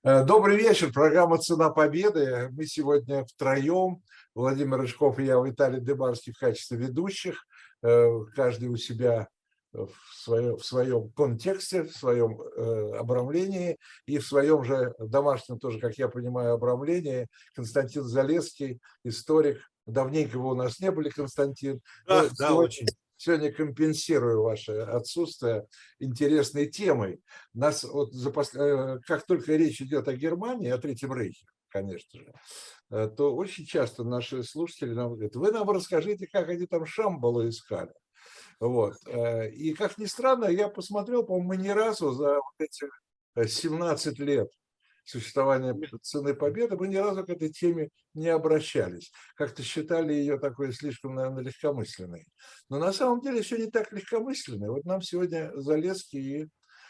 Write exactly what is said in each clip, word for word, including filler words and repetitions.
Э, Добрый вечер. Программа «Цена победы». Мы сегодня втроем, Владимир Рыжков и я, Виталий Дыбарский, в качестве ведущих. Э, Каждый у себя в своем, в своем контексте, в своем э, обрамлении и в своем же домашнем тоже, как я понимаю, обрамлении. Константин Залесский, историк. Давненько вы у нас не были, Константин. Да, Но да, сегодня, очень. сегодня компенсирую ваше отсутствие интересной темой. Нас вот за пос- э, как только речь идет о Германии, о Третьем Рейхе, конечно же, э, то очень часто наши слушатели нам говорят: вы нам расскажите, как они там Шамбала искали. Вот. э, И, как ни странно, я посмотрел, по-моему, мы ни разу за вот эти э, семнадцать лет существования «Цены победы» мы ни разу к этой теме не обращались. Как-то считали ее такой слишком, наверное, легкомысленной. Но на самом деле все не так легкомысленно. Вот нам сегодня Залесский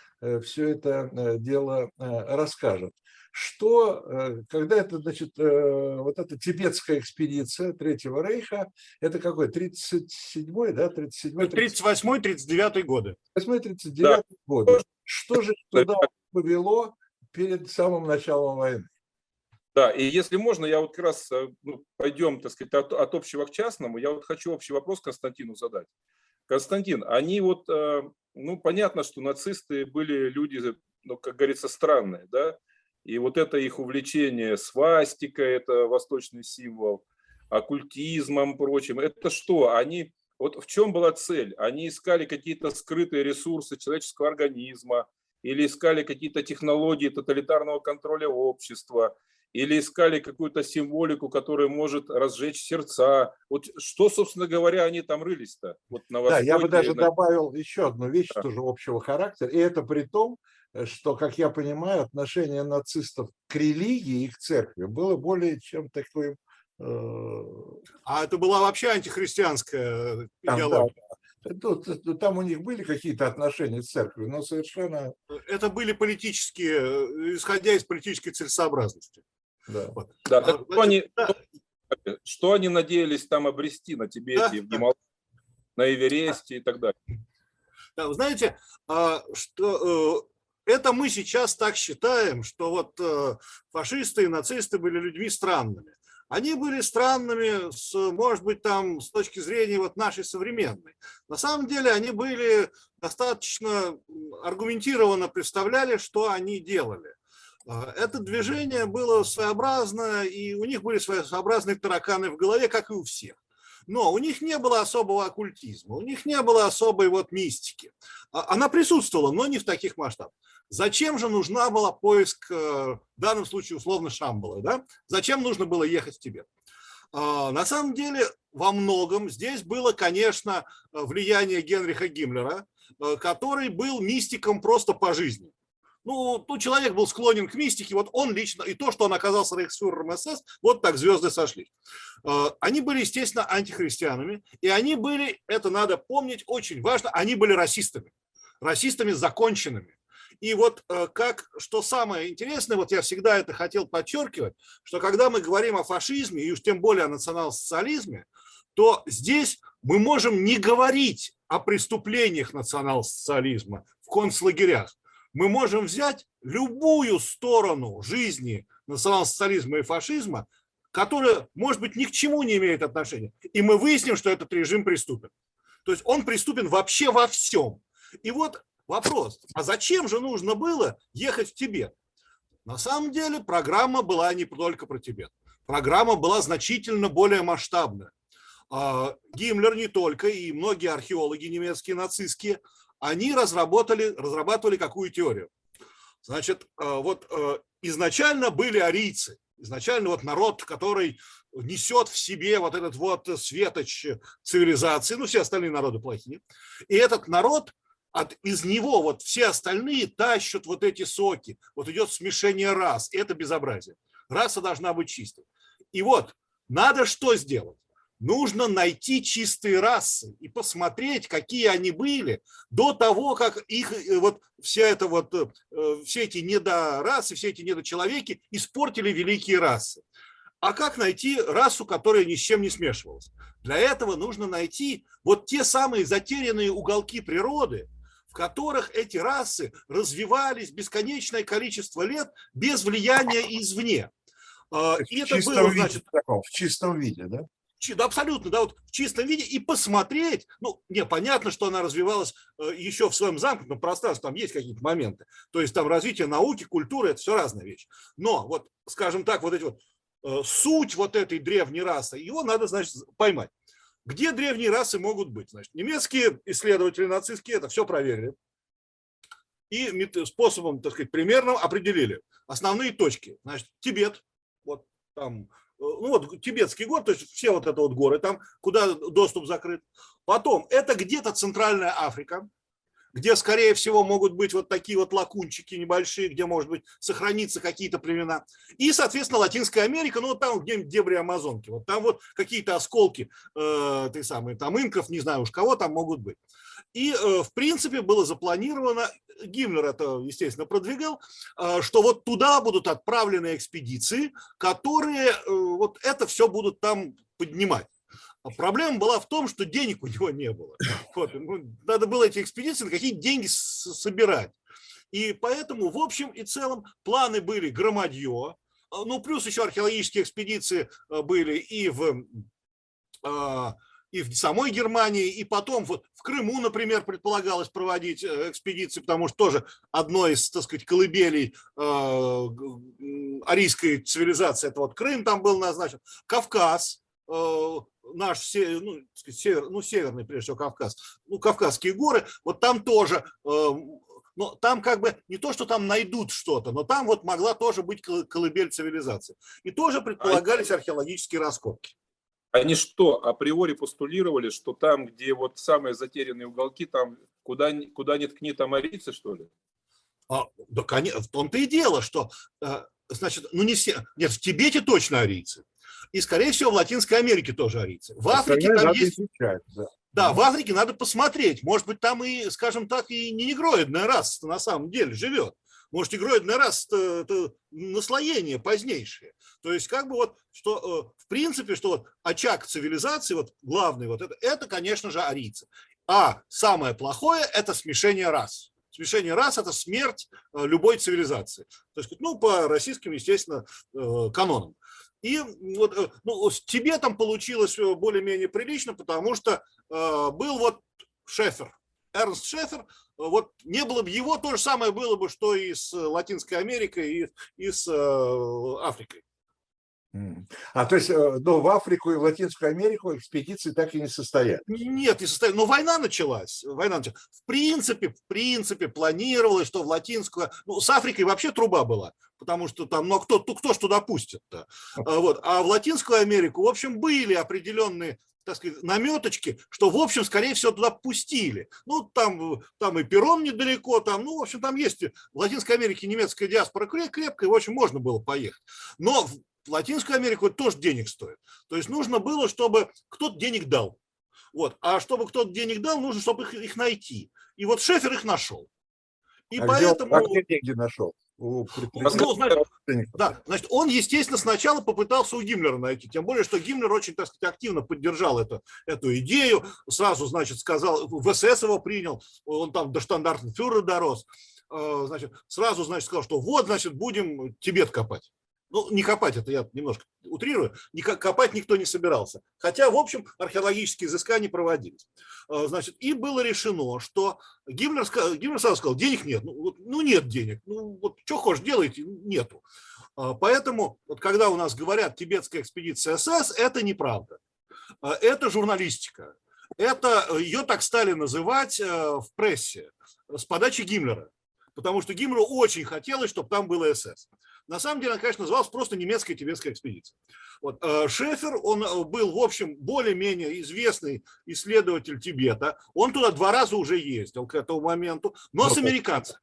все это э, дело э, расскажет. Что, э, когда это, значит, э, вот эта тибетская экспедиция Третьего Рейха, это какой, тридцать седьмой, да, тридцать седьмой, тридцать тридцать восьмой тридцать девятый годы. восьмой, тридцать Да, девятый годы. Что же туда повело перед самым началом войны? да, и если можно, я вот как раз э, ну, пойдем, так сказать, от, от общего к частному. Я вот хочу общий вопрос Константину задать. Константин, они вот, э, ну, понятно, что нацисты были люди, ну, как говорится, странные, да, и вот это их увлечение свастикой, это восточный символ, оккультизмом, прочим, это что? Они, вот в чем была цель? Они искали какие-то скрытые ресурсы человеческого организма, или искали какие-то технологии тоталитарного контроля общества, или искали какую-то символику, которая может разжечь сердца. Вот что, собственно говоря, они там рылись-то? Вот на Да, я бы Востоке. даже на- добавил еще одну вещь, Да. тоже общего характера, и это при том, э, что, как я понимаю, отношение нацистов к религии и к церкви было более чем такое. А это была вообще антихристианская Там, да, идеология. тут- тут- там у них были какие-то отношения с церковью, но совершенно, Это были политические, э, исходя из политической целесообразности. да. Вот. Да, А, так что, значит, они, да, что они надеялись там обрести на да, Тибете, в да. Гималаях, на Эвересте и так далее? Да, вы знаете, а, что э, это мы сейчас так считаем, что вот э, фашисты и нацисты были людьми странными. Они были странными, с, может быть, там с точки зрения вот нашей современной. На самом деле они были достаточно аргументированно представляли, что они делали. А, Это движение было своеобразное, и у них были своеобразные тараканы в голове, как и у всех. Но у них не было особого оккультизма, у них не было особой вот мистики. А- Она присутствовала, но не в таких масштабах. Зачем же нужна была поиск, э, в данном случае условно Шамбалы, да? Зачем нужно было ехать в Тибет? А, На самом деле во многом здесь было, конечно, влияние Генриха Гиммлера, э, который был мистиком просто по жизни. Ну, ну, человек был склонен к мистике, вот он лично, и то, что он оказался рейхсфюрером СС, вот так звезды сошлись. Э, Они были, естественно, антихристианами, и они были, это надо помнить, очень важно, они были расистами, расистами законченными. И вот э, как, что самое интересное, вот я всегда это хотел подчеркивать, что когда мы говорим о фашизме, и уж тем более о национал-социализме, то здесь мы можем не говорить о преступлениях национал-социализма в концлагерях. Мы можем взять любую сторону жизни национал-социализма и фашизма, которая, может быть, ни к чему не имеет отношения, и мы выясним, что этот режим преступен. То есть он преступен вообще во всем. И вот вопрос, а зачем же нужно было ехать в Тибет? На самом деле программа была не только про Тибет. Программа была значительно более масштабная. Гиммлер не только, и многие археологи немецкие, нацистские, они разработали, разрабатывали какую теорию. Значит, вот изначально были арийцы, изначально вот народ, который несет в себе вот этот вот светоч цивилизации, ну все остальные народы плохие, и этот народ, от, из него вот все остальные тащат вот эти соки, вот идет смешение рас, и это безобразие. Раса должна быть чистой. И вот надо что сделать? Нужно найти чистые расы и посмотреть, какие они были до того, как их вот вся эта вот все эти недорасы, все эти недочеловеки испортили великие расы. А как найти расу, которая ни с чем не смешивалась? Для этого нужно найти вот те самые затерянные уголки природы, в которых эти расы развивались бесконечное количество лет без влияния извне. И это было, значит, таком, в чистом виде, да? Да, абсолютно, да, вот в чистом виде, и посмотреть, ну, не, понятно, что она развивалась еще в своем замкнутом пространстве, там есть какие-то моменты, то есть там развитие науки, культуры, это все разная вещь, но вот, скажем так, вот эти вот, суть вот этой древней расы, его надо, значит, поймать. Где древние расы могут быть? Значит, немецкие исследователи нацистские это все проверили и способом, так сказать, примерным определили основные точки. Значит, Тибет, вот там, ну вот Тибетский город, то есть все вот это вот горы там, куда доступ закрыт. Потом это где-то Центральная Африка, где, скорее всего, могут быть вот такие вот лакунчики небольшие, где, может быть, сохраниться какие-то племена. И, соответственно, Латинская Америка, ну, вот там где-нибудь дебри Амазонки, вот там вот какие-то осколки, э, ты самый, там инков, не знаю уж кого там могут быть. И, э, в принципе, было запланировано, Гиммлер это, естественно, продвигал, э, что вот туда будут отправлены экспедиции, которые э, вот это все будут там поднимать. А проблема была в том, что денег у него не было. Вот, надо было эти экспедиции на какие деньги собирать. И поэтому, в общем и целом, планы были громадье. Ну, плюс еще археологические экспедиции были и в, и в самой Германии, и потом вот в Крыму, например, предполагалось проводить экспедиции, потому что тоже одной из, так сказать, колыбелей арийской цивилизации, это вот Крым там был назначен, Кавказ, наш ну, север, ну, северный, прежде всего, Кавказ, ну, Кавказские горы, вот там тоже, но там как бы не то, что там найдут что-то, но там вот могла тоже быть колыбель цивилизации. И тоже предполагались археологические раскопки. Они что, априори постулировали, что там, где вот самые затерянные уголки, там куда, куда ни ткни, там арийцы, что ли? А, да, конечно, в том-то и дело, что, значит, ну не все, нет, в Тибете точно арийцы. И, скорее всего, в Латинской Америке тоже арийцы. В Африке там есть... Изучать, да. Да, в Африке надо посмотреть. Может быть, там и, скажем так, и не негроидная раса на самом деле живет. Может, негроидная раса – это наслоение позднейшее. То есть, как бы вот, что, в принципе, что вот очаг цивилизации, вот главный вот это, это, конечно же, арийцы. А самое плохое – это смешение рас. Смешение рас – это смерть любой цивилизации. То есть, ну, по российским, естественно, канонам. И вот, ну, с Тибетом получилось более-менее прилично, потому что э, был вот Шефер, Эрнст Шефер, вот не было бы его, то же самое было бы, что и с Латинской Америкой, и, и с э, Африкой. А то есть, ну, в Африку и в Латинскую Америку экспедиции так и не состоят? Нет, не состоят. Но война началась. Война началась. В принципе, в принципе, планировалось, что в Латинскую... Ну, с Африкой вообще труба была, потому что там, ну, кто, кто ж туда пустит-то? Вот. А в Латинскую Америку, в общем, были определенные, так сказать, наметочки, что, в общем, скорее всего, туда пустили. Ну, там, там и Перрон недалеко, там, ну, в общем, там есть в Латинской Америке немецкая диаспора крепкая, в общем, можно было поехать. Но в Латинскую Америку это тоже денег стоит. То есть нужно было, чтобы кто-то денег дал. Вот. А чтобы кто-то денег дал, нужно, чтобы их, их найти. И вот Шефер их нашел. И а поэтому... Где, а где деньги нашел? У ну, значит, да, значит, он, естественно, сначала попытался у Гиммлера найти, тем более, что Гиммлер очень, так сказать, активно поддержал это, эту идею, сразу, значит, сказал, в СС его принял, он там до штандартенфюрера дорос, значит, сразу, значит, сказал, что вот, значит, будем Тибет копать. Ну, не копать, это я немножко утрирую, не копать никто не собирался. Хотя, в общем, археологические изыскания проводились. Значит, и было решено, что Гиммлер, Гиммлер сразу сказал, денег нет. Ну, ну нет денег. Ну, вот что хочешь делайте, нету. Поэтому, вот когда у нас говорят тибетская экспедиция СС, это неправда. Это журналистика. Это, ее так стали называть в прессе с подачи Гиммлера. Потому что Гиммлеру очень хотелось, чтобы там было СС. На самом деле, она, конечно, называлась просто немецкая тибетская экспедиция. Вот. Шефер, он был, в общем, более-менее известный исследователь Тибета. Он туда два раза уже ездил к этому моменту, но с американцами.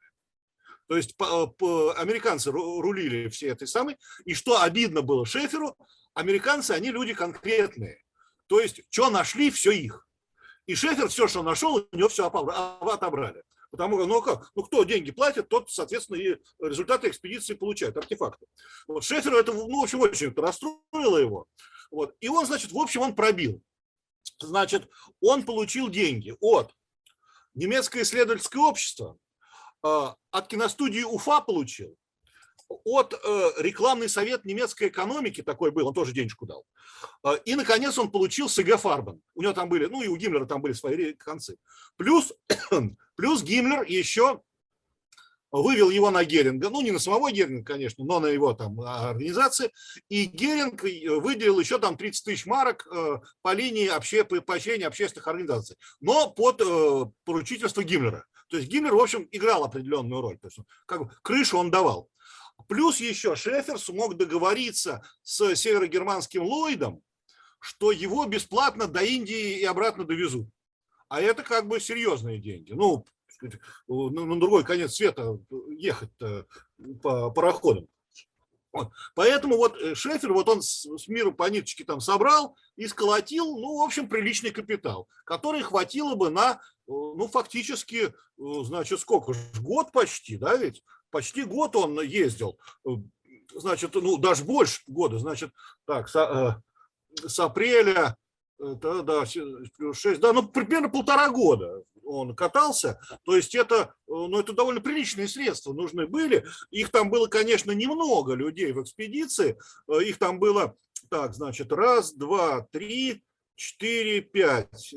То есть по, по, американцы рулили все этой самой. И что обидно было Шеферу, американцы, они люди конкретные. То есть, что нашли, все их. И Шефер все, что нашел, у него все отобрали. Потому что, ну как, ну кто деньги платит, тот, соответственно, и результаты экспедиции получает, артефакты. Вот Шеферу это, ну, в общем, очень это расстроило его. Вот. И он, значит, в общем, он пробил. Значит, он получил деньги от немецкое исследовательское общество от киностудии Уфа получил, от рекламный совет немецкой экономики, такой был, он тоже денежку дал, и, наконец, он получил с и гэ Фарбен. У него там были, ну и у Гиммлера там были свои концы. Плюс, плюс Гиммлер еще вывел его на Геринга, ну не на самого Геринга, конечно, но на его там организации, и Геринг выделил еще там тридцать тысяч марок по линии обще, поощрения общественных организаций, но под поручительство Гиммлера. То есть Гиммлер, в общем, играл определенную роль, то есть как бы крышу он давал. Плюс еще Шефер смог договориться с северогерманским Ллойдом, что его бесплатно до Индии и обратно довезут. А это как бы серьезные деньги. Ну, на другой конец света ехать по пароходам. Вот. Поэтому вот Шефер, вот он с миру по ниточке там собрал и сколотил, ну, в общем, приличный капитал, который хватило бы на, ну, фактически, значит, сколько, год почти, да, ведь? Почти год он ездил, значит, ну, даже больше года, значит, так, с, с апреля, да, да, плюс шесть, да, ну, примерно полтора года он катался, то есть это, ну, это довольно приличные средства нужны были, их там было, конечно, немного людей в экспедиции, их там было, так, значит, раз, два, три, четыре, пять,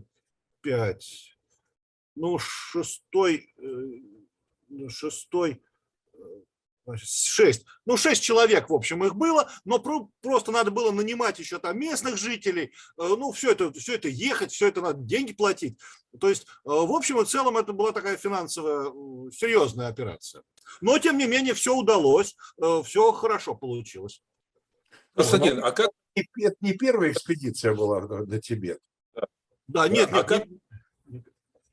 пять, ну, шестой, шестой, значит, шесть, ну, шесть человек, в общем, их было, но просто надо было нанимать еще там местных жителей, ну, все это, все это ехать, все это надо деньги платить. То есть, в общем и целом, это была такая финансовая, серьезная операция. Но, тем не менее, все удалось, все хорошо получилось. Константин, а как... Это не первая экспедиция была на Тибет. Да, нет, а нет. Как... нет.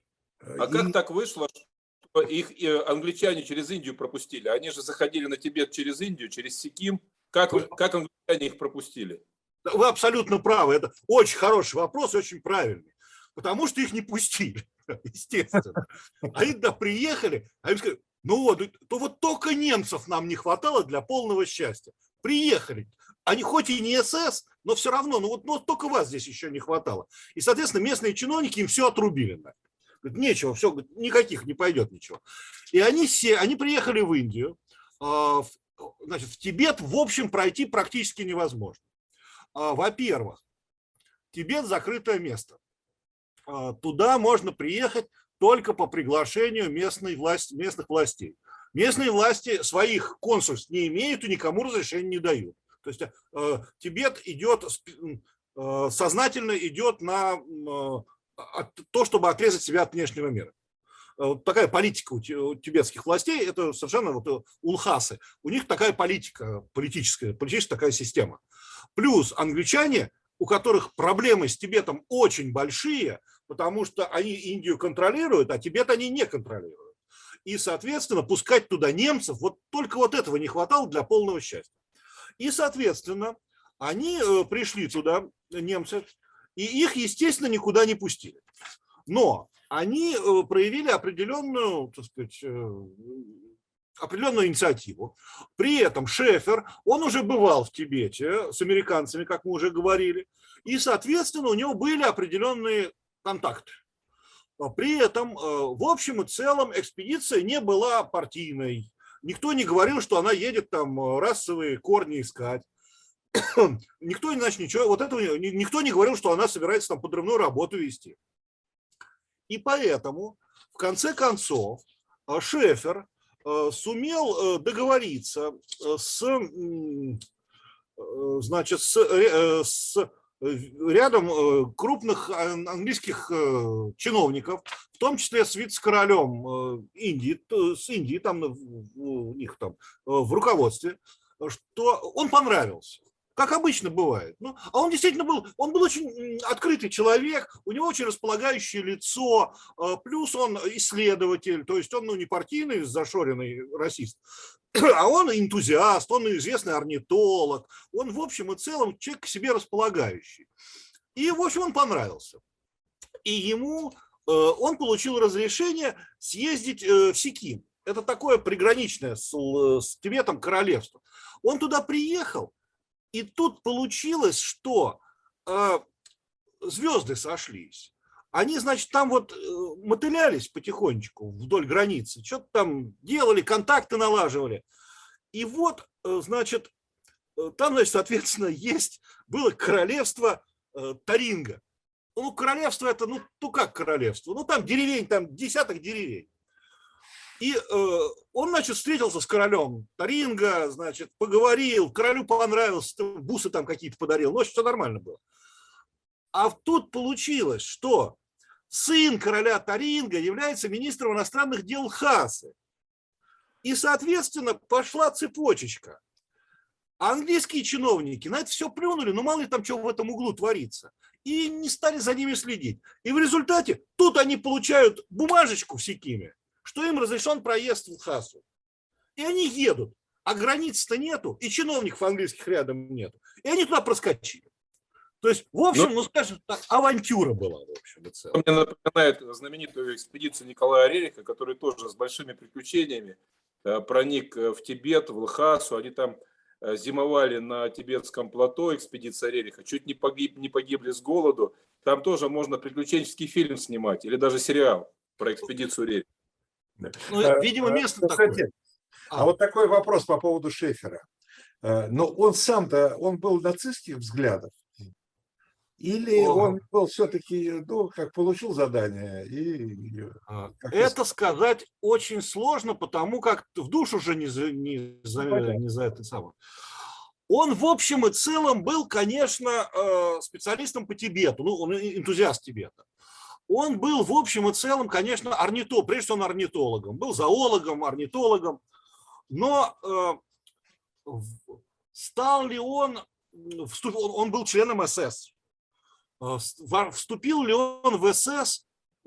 А и... как так вышло, что их англичане через Индию пропустили? Они же заходили на Тибет через Индию, через Сиким. Как, как англичане их пропустили? Вы абсолютно правы. Это очень хороший вопрос, очень правильный. Потому что их не пустили, естественно. Они туда приехали, а им сказали, ну вот, то вот только немцев нам не хватало для полного счастья. Приехали. Они хоть и не эс эс, но все равно, ну вот ну, только вас здесь еще не хватало. И, соответственно, местные чиновники им все отрубили. Нечего, все, никаких не пойдет ничего. И они, все, они приехали в Индию, значит, в Тибет, в общем, пройти практически невозможно. Во-первых, Тибет – закрытое место. Туда можно приехать только по приглашению местной власти, местных властей. Местные власти своих консульств не имеют и никому разрешения не дают. То есть э, Тибет идет, э, сознательно идет на э, то, чтобы отрезать себя от внешнего мира. Вот такая политика у тибетских властей, это совершенно вот улхасы. У них такая политика, политическая, политическая такая система. Плюс англичане, у которых проблемы с Тибетом очень большие, потому что они Индию контролируют, а Тибет они не контролируют. И, соответственно, пускать туда немцев, вот только вот этого не хватало для полного счастья. И, соответственно, они пришли туда, немцы, и их, естественно, никуда не пустили. Но они проявили определенную, так сказать, определенную инициативу. При этом Шефер, он уже бывал в Тибете с американцами, как мы уже говорили, и, соответственно, у него были определенные контакты. При этом, в общем и целом, экспедиция не была партийной. Никто не говорил, что она едет там расовые корни искать. Никто, значит, ничего, вот этого, никто не говорил, что она собирается там подрывную работу вести. И поэтому, в конце концов, Шефер сумел договориться с, значит, с, с рядом крупных английских чиновников, в том числе с вице-королем Индии, с Индией там у них там в руководстве, что он понравился. Как обычно бывает. Ну, а он действительно был, он был очень открытый человек, у него очень располагающее лицо, плюс он исследователь, то есть он, ну, не партийный, зашоренный расист, а он энтузиаст, он известный орнитолог, он в общем и целом человек к себе располагающий. И, в общем, он понравился. И ему, он получил разрешение съездить в Сиким. Это такое приграничное с, с Тибетом королевство. Он туда приехал, и тут получилось, что э, звезды сошлись. Они, значит, там вот мотылялись потихонечку вдоль границы, что-то там делали, контакты налаживали. И вот, значит, там, значит, соответственно, есть, было королевство Таринга. Ну, королевство это, ну, ну как королевство? Ну, там деревень, там десяток деревень. И э, он, значит, встретился с королем Таринга, значит, поговорил, королю понравилось, бусы там какие-то подарил, ну, все нормально было. А тут получилось, что сын короля Таринга является министром иностранных дел Лхасы. И, соответственно, пошла цепочечка. А английские чиновники на это все плюнули, ну мало ли там что в этом углу творится. И не стали за ними следить. И в результате тут они получают бумажечку в Сикиме, что им разрешен проезд в Лхасу. И они едут, а границ-то нету, и чиновников английских рядом нету. И они туда проскочили. То есть, в общем, ну, ну скажем так, авантюра была, в общем и целом. Мне напоминает знаменитую экспедицию Николая Рериха, который тоже с большими приключениями проник в Тибет, в Лхасу. Они там зимовали на тибетском плато, экспедиция Рериха, чуть не, погиб, не погибли с голоду. Там тоже можно приключенческий фильм снимать или даже сериал про экспедицию Рериха. Ну, видимо, место а, такое. Кстати, а. а вот такой вопрос по поводу Шефера. Но он сам-то, он был нацистских взглядов? Или О. он был все-таки, ну, как получил задание? И, как это сказать очень сложно, потому как в душу же не за, не за, не за это самое. Он, в общем и целом, был, конечно, специалистом по Тибету, ну, он энтузиаст Тибета. Он был, в общем и целом, конечно, орнитологом, прежде всего он орнитологом, был зоологом, орнитологом, но э, стал ли он, вступил, он был членом эс эс, вступил ли он в эс эс,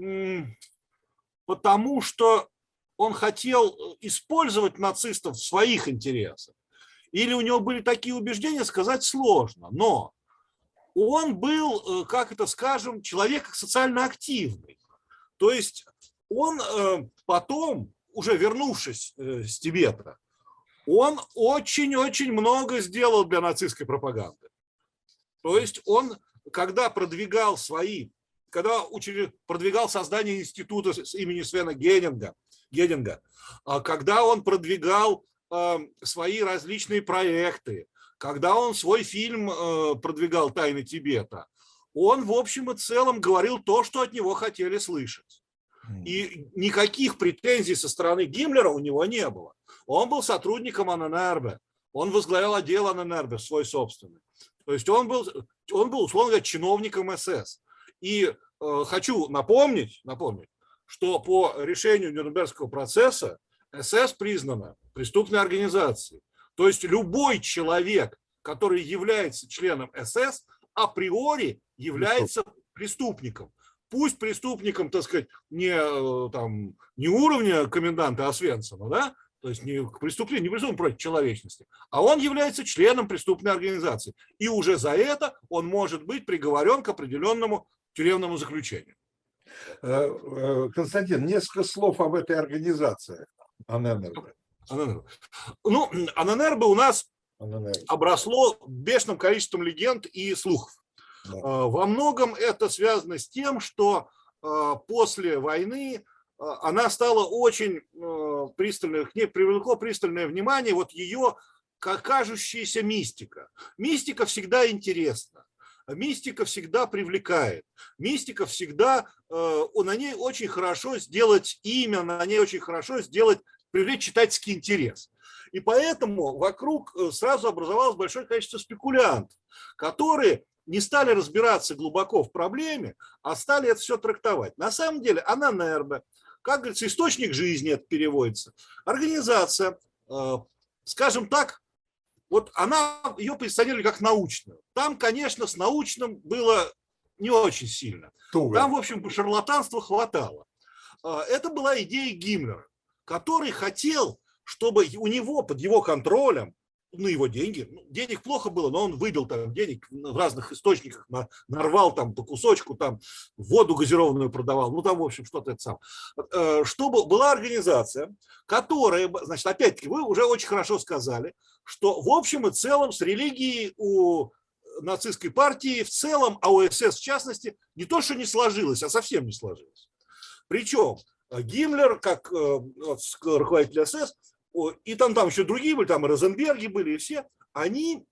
потому что он хотел использовать нацистов в своих интересах, или у него были такие убеждения, сказать сложно, но он был, как это скажем, человек социально активный. То есть он потом, уже вернувшись с Тибета, он очень-очень много сделал для нацистской пропаганды. То есть он, когда продвигал свои, когда продвигал создание института имени Свена Гединга, Гединга, когда он продвигал свои различные проекты, когда он свой фильм продвигал «Тайны Тибета», он в общем и целом говорил то, что от него хотели слышать. И никаких претензий со стороны Гиммлера у него не было. Он был сотрудником Анненербе, он возглавлял отдел Анненербе свой собственный. То есть он был, он был, условно говоря, чиновником эс эс. И э, хочу напомнить, напомнить, что по решению Нюрнбергского процесса эс эс признана преступной организацией. То есть любой человек, который является членом эс эс, априори является преступником. Пусть преступником, так сказать, не, там, не уровня коменданта Освенцима, да, то есть не к преступлению, не преступлению против человечности, а он является членом преступной организации. И уже за это он может быть приговорен к определенному тюремному заключению. Константин, несколько слов об этой организации Анненербе. Ну, Анненербе у нас Анненербе. обросло бешеным количеством легенд и слухов. Да. Во многом это связано с тем, что после войны она стала очень пристально, к ней привлекло пристальное внимание вот ее кажущаяся мистика. Мистика всегда интересна, мистика всегда привлекает, мистика всегда, на ней очень хорошо сделать имя, на ней очень хорошо сделать, привлечь читательский интерес. И поэтому вокруг сразу образовалось большое количество спекулянтов, которые не стали разбираться глубоко в проблеме, а стали это все трактовать. На самом деле Анненербе, как говорится, источник жизни это переводится, организация, скажем так, вот она, ее позиционировали как научную. Там, конечно, с научным было не очень сильно. Туго. Там, в общем, шарлатанства хватало. Это была идея Гиммлера, который хотел, чтобы у него, под его контролем, на его деньги, ну, денег плохо было, но он выбил там денег в разных источниках, нарвал там по кусочку, там воду газированную продавал, ну там, в общем, что-то это самое. Чтобы была организация, которая, значит, опять-таки, вы уже очень хорошо сказали, что в общем и целом с религией у нацистской партии в целом, а у эс эс в частности, не то, что не сложилось, а совсем не сложилось. Причем Гиммлер, как вот, руководитель эс эс, и там, там еще другие были, там и Розенберги были, и все, они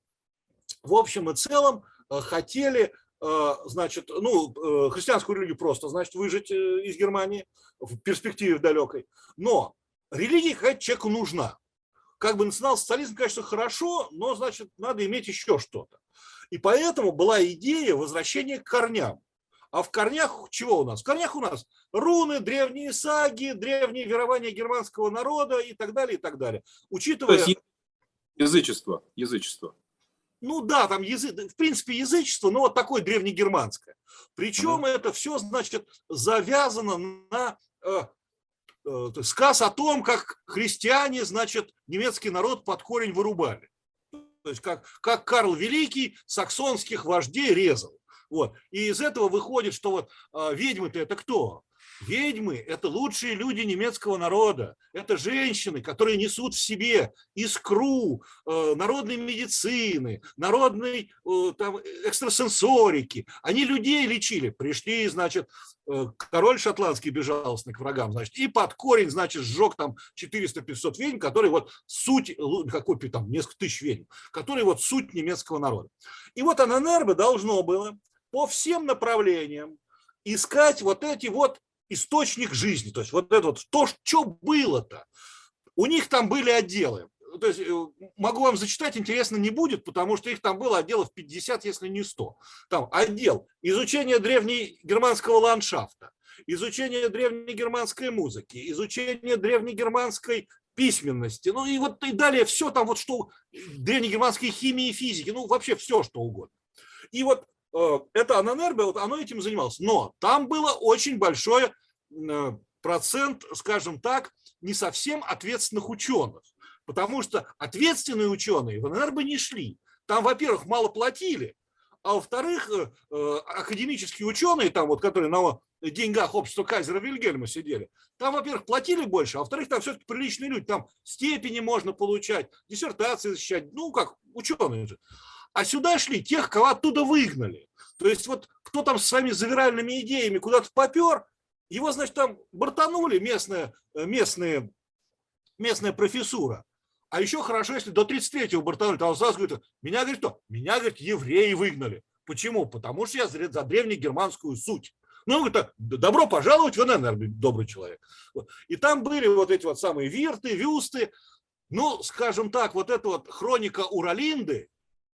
в общем и целом хотели, значит, ну, христианскую религию просто, значит, выжить из Германии в перспективе далекой. Но религия какая-то человеку нужна. Как бы национал-социализм, конечно, хорошо, но, значит, надо иметь еще что-то. И поэтому была идея возвращения к корням. А в корнях чего у нас? В корнях у нас руны, древние саги, древние верования германского народа и так далее, и так далее. Учитывая... То есть язычество, язычество. Ну да, там язык, в принципе, язычество, но вот такое древнегерманское. Причем uh-huh. это все, значит, завязано на э, э, сказ о том, как христиане, значит, немецкий народ под корень вырубали. То есть как, как Карл Великий саксонских вождей резал. Вот. И из этого выходит, что вот э, ведьмы-то это кто? Ведьмы – это лучшие люди немецкого народа. Это женщины, которые несут в себе искру э, народной медицины, народной э, там, экстрасенсорики. Они людей лечили. Пришли, значит, э, король шотландский безжалостный к врагам, значит, и под корень, значит, сжег там четыреста-пятьсот ведьм, которые вот суть, какой там, несколько тысяч ведьм, которые вот суть немецкого народа. И вот Анненербе должно было по всем направлениям искать вот эти вот источник жизни, то есть вот это вот то, что было-то. У них там были отделы. То есть могу вам зачитать, интересно не будет, потому что их там было отделов пятьдесят, если не сто. Там отдел изучения древнегерманского ландшафта, изучение древнегерманской музыки, изучение древнегерманской письменности, ну и вот и далее все там вот что древнегерманской химии и физики, ну вообще все что угодно. И вот это Анненербе, вот оно этим занималось. Но там было очень большой процент, скажем так, не совсем ответственных ученых. Потому что ответственные ученые в Анненербе не шли. Там, во-первых, мало платили, а во-вторых, академические ученые, там, вот, которые на деньгах общества Кайзера Вильгельма сидели, там, во-первых, платили больше, а во-вторых, там все-таки приличные люди, там степени можно получать, диссертации защищать, ну, как ученые же. А сюда шли тех, кого оттуда выгнали. То есть вот кто там со своими завиральными идеями куда-то попер, его, значит, там бортанули местная, местные, местная профессура. А еще хорошо, если до тридцать третьего бортанули, там он сразу говорит, меня, говорит, что? Меня, говорит, евреи выгнали. Почему? Потому что я за древнегерманскую суть. Ну, он говорит, добро пожаловать в Анненербе, добрый человек. И там были вот эти вот самые вирты, вюсты. Ну, скажем так, вот эта вот хроника Уралинды,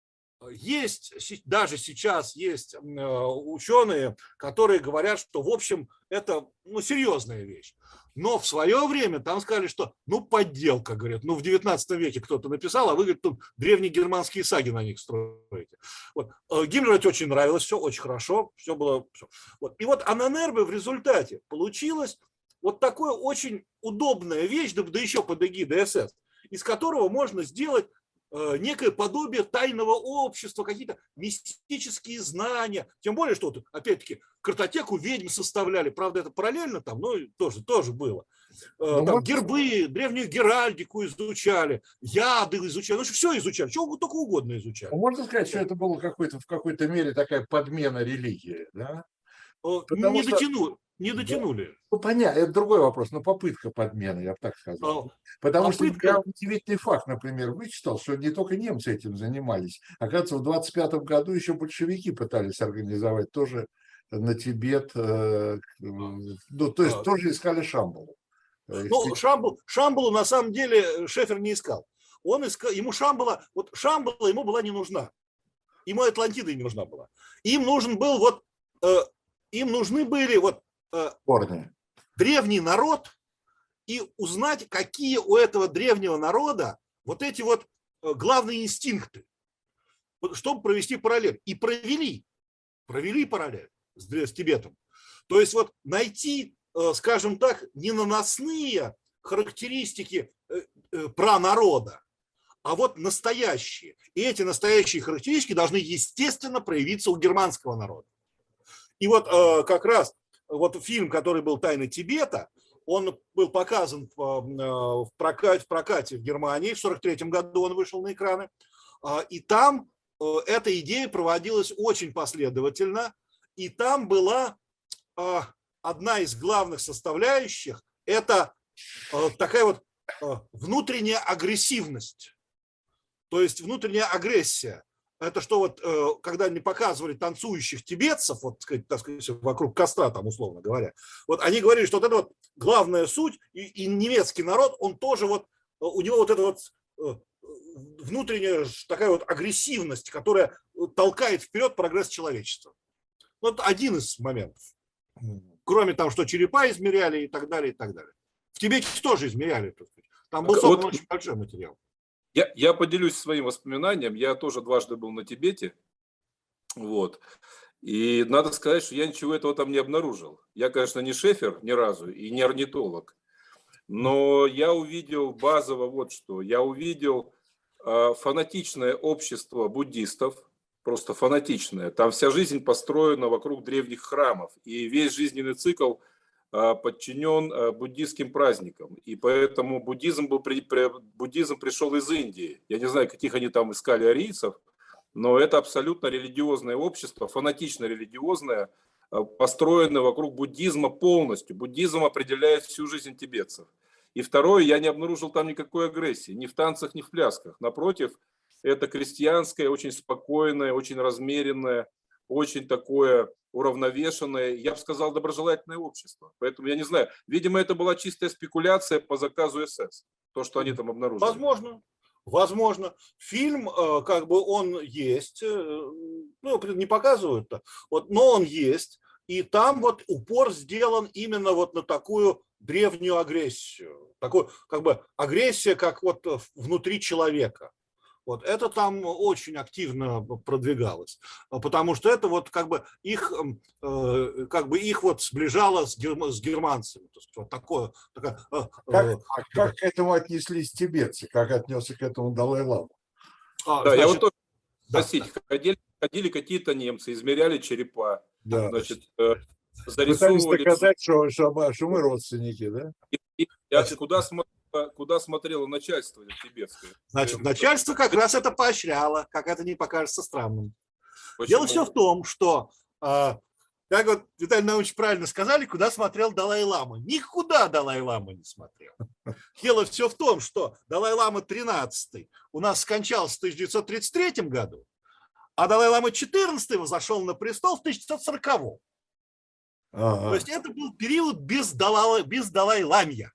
есть, даже сейчас есть ученые, которые говорят, что, в общем, это ну, серьезная вещь. Но в свое время там сказали, что, ну, подделка, говорят. Ну, в девятнадцатом веке кто-то написал, а вы, говорит, тут древнегерманские саги на них строите. Вот. Гиммлеру это очень нравилось, все очень хорошо, все было... Все. Вот. И вот Анненербе в результате получилась вот такая очень удобная вещь, да, да еще под эгидой эс эс, из которого можно сделать некое подобие тайного общества, какие-то мистические знания. Тем более, что, опять-таки, картотеку ведьм составляли. Правда, это параллельно там, но тоже, тоже было. Ну, там вот... гербы, древнюю геральдику изучали, яды изучали. Ну, все изучали, чего только угодно изучали. Можно сказать, что это было какой-то, в какой-то мере такая подмена религии, да? Потому не, что... дотянули, не дотянули. Да. Ну, понятно, это другой вопрос, но попытка подмены, я бы так сказал. А, Потому попытка... что я удивительный факт, например, вычитал, что не только немцы этим занимались. Оказывается, в двадцать пятом году еще большевики пытались организовать тоже на Тибет, э, ну, то есть а, тоже искали Шамбалу. Ну, Шамбалу, Шамбалу на самом деле Шефер не искал. Он искал, ему Шамбала, вот Шамбала ему была не нужна. Ему Атлантида не нужна была. Им нужен был вот... Э, Им нужны были вот э, древний народ и узнать, какие у этого древнего народа вот эти вот э, главные инстинкты, чтобы провести параллель. И провели, провели параллель с, с Тибетом. То есть вот найти, э, скажем так, ненаносные характеристики э, э, пранарода, а вот настоящие. И эти настоящие характеристики должны, естественно, проявиться у германского народа. И вот э, как раз вот фильм, который был «Тайны Тибета», он был показан в, в, прокате, в прокате в Германии, в сорок третьем году он вышел на экраны, э, и там эта идея проводилась очень последовательно, и там была одна из главных составляющих – это такая вот внутренняя агрессивность, то есть внутренняя агрессия. Это что вот, когда они показывали танцующих тибетцев, вот, так сказать, вокруг костра, там, условно говоря, вот они говорили, что вот это вот главная суть, и, и немецкий народ, он тоже вот, у него вот эта вот внутренняя такая вот агрессивность, которая толкает вперед прогресс человечества. Вот один из моментов. Кроме того, что черепа измеряли и так далее, и так далее. В Тибете тоже измеряли. Там был собран вот, очень большой материал. Я, я поделюсь своим воспоминанием. Я тоже дважды был на Тибете. Вот. И надо сказать, что я ничего этого там не обнаружил. Я, конечно, не шефер ни разу и не орнитолог. Но я увидел базово вот что. Я увидел э, фанатичное общество буддистов. Просто фанатичное. Там вся жизнь построена вокруг древних храмов. И весь жизненный цикл подчинен буддистским праздникам. И поэтому буддизм, был, буддизм пришел из Индии. Я не знаю, каких они там искали арийцев, но это абсолютно религиозное общество, фанатично религиозное, построенное вокруг буддизма полностью. Буддизм определяет всю жизнь тибетцев. И второе, я не обнаружил там никакой агрессии, ни в танцах, ни в плясках. Напротив, это крестьянское, очень спокойное, очень размеренное, очень такое уравновешенное, я бы сказал, доброжелательное общество. Поэтому я не знаю, видимо, это была чистая спекуляция по заказу СС, то, что они там обнаружили. Возможно, возможно. Фильм, как бы он есть, ну, не показывают-то, вот, но он есть, и там вот упор сделан именно вот на такую древнюю агрессию, такую как бы агрессия, как вот внутри человека. Вот это там очень активно продвигалось, потому что это вот как бы их, как бы их вот сближало с, герм, с германцами. То есть вот такое, такое, как, а как к этому отнеслись тибетцы, как отнесся к этому Далай-лама? А, да, значит, я вот тоже спросить, да. ходили, ходили какие-то немцы, измеряли черепа, да. Значит, зарисовывали... Пытались доказать, что, что, что мы родственники, да? И, и, значит, куда смотрели? Куда смотрело начальство тибетское? Значит, начальство как раз это поощряло, как это не покажется странным. Почему? Дело все в том, что, как вот Виталий Наумович правильно сказали, куда смотрел Далай-лама. Никуда Далай-лама не смотрел. Дело все в том, что Далай-лама тринадцатый у нас скончался в тысяча девятьсот тридцать третьем году, а Далай-лама четырнадцатый взошел на престол в тысяча девятьсот сороковом. Ага. То есть это был период без, Далай, без Далай-ламья.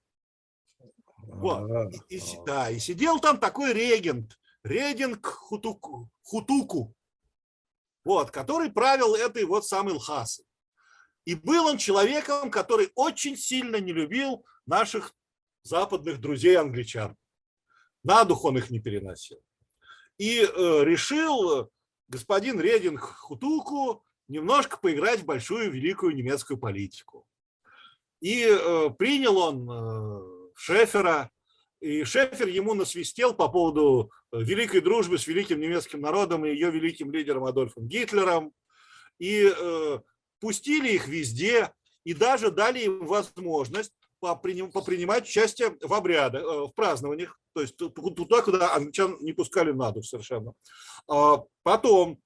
Вот. И, да, и сидел там такой регент, регент Хутуку, Хутуку, вот, который правил этой вот самой Лхасой. И был он человеком, который очень сильно не любил наших западных друзей-англичан. На дух он их не переносил. И э, решил господин регент Хутуку немножко поиграть в большую великую немецкую политику. И э, принял он... Э, Шефера, и Шефер ему насвистел по поводу великой дружбы с великим немецким народом и ее великим лидером Адольфом Гитлером, и э, пустили их везде, и даже дали им возможность попринимать участие в обрядах, в празднованиях, то есть туда, куда англичан не пускали на дух совершенно. Потом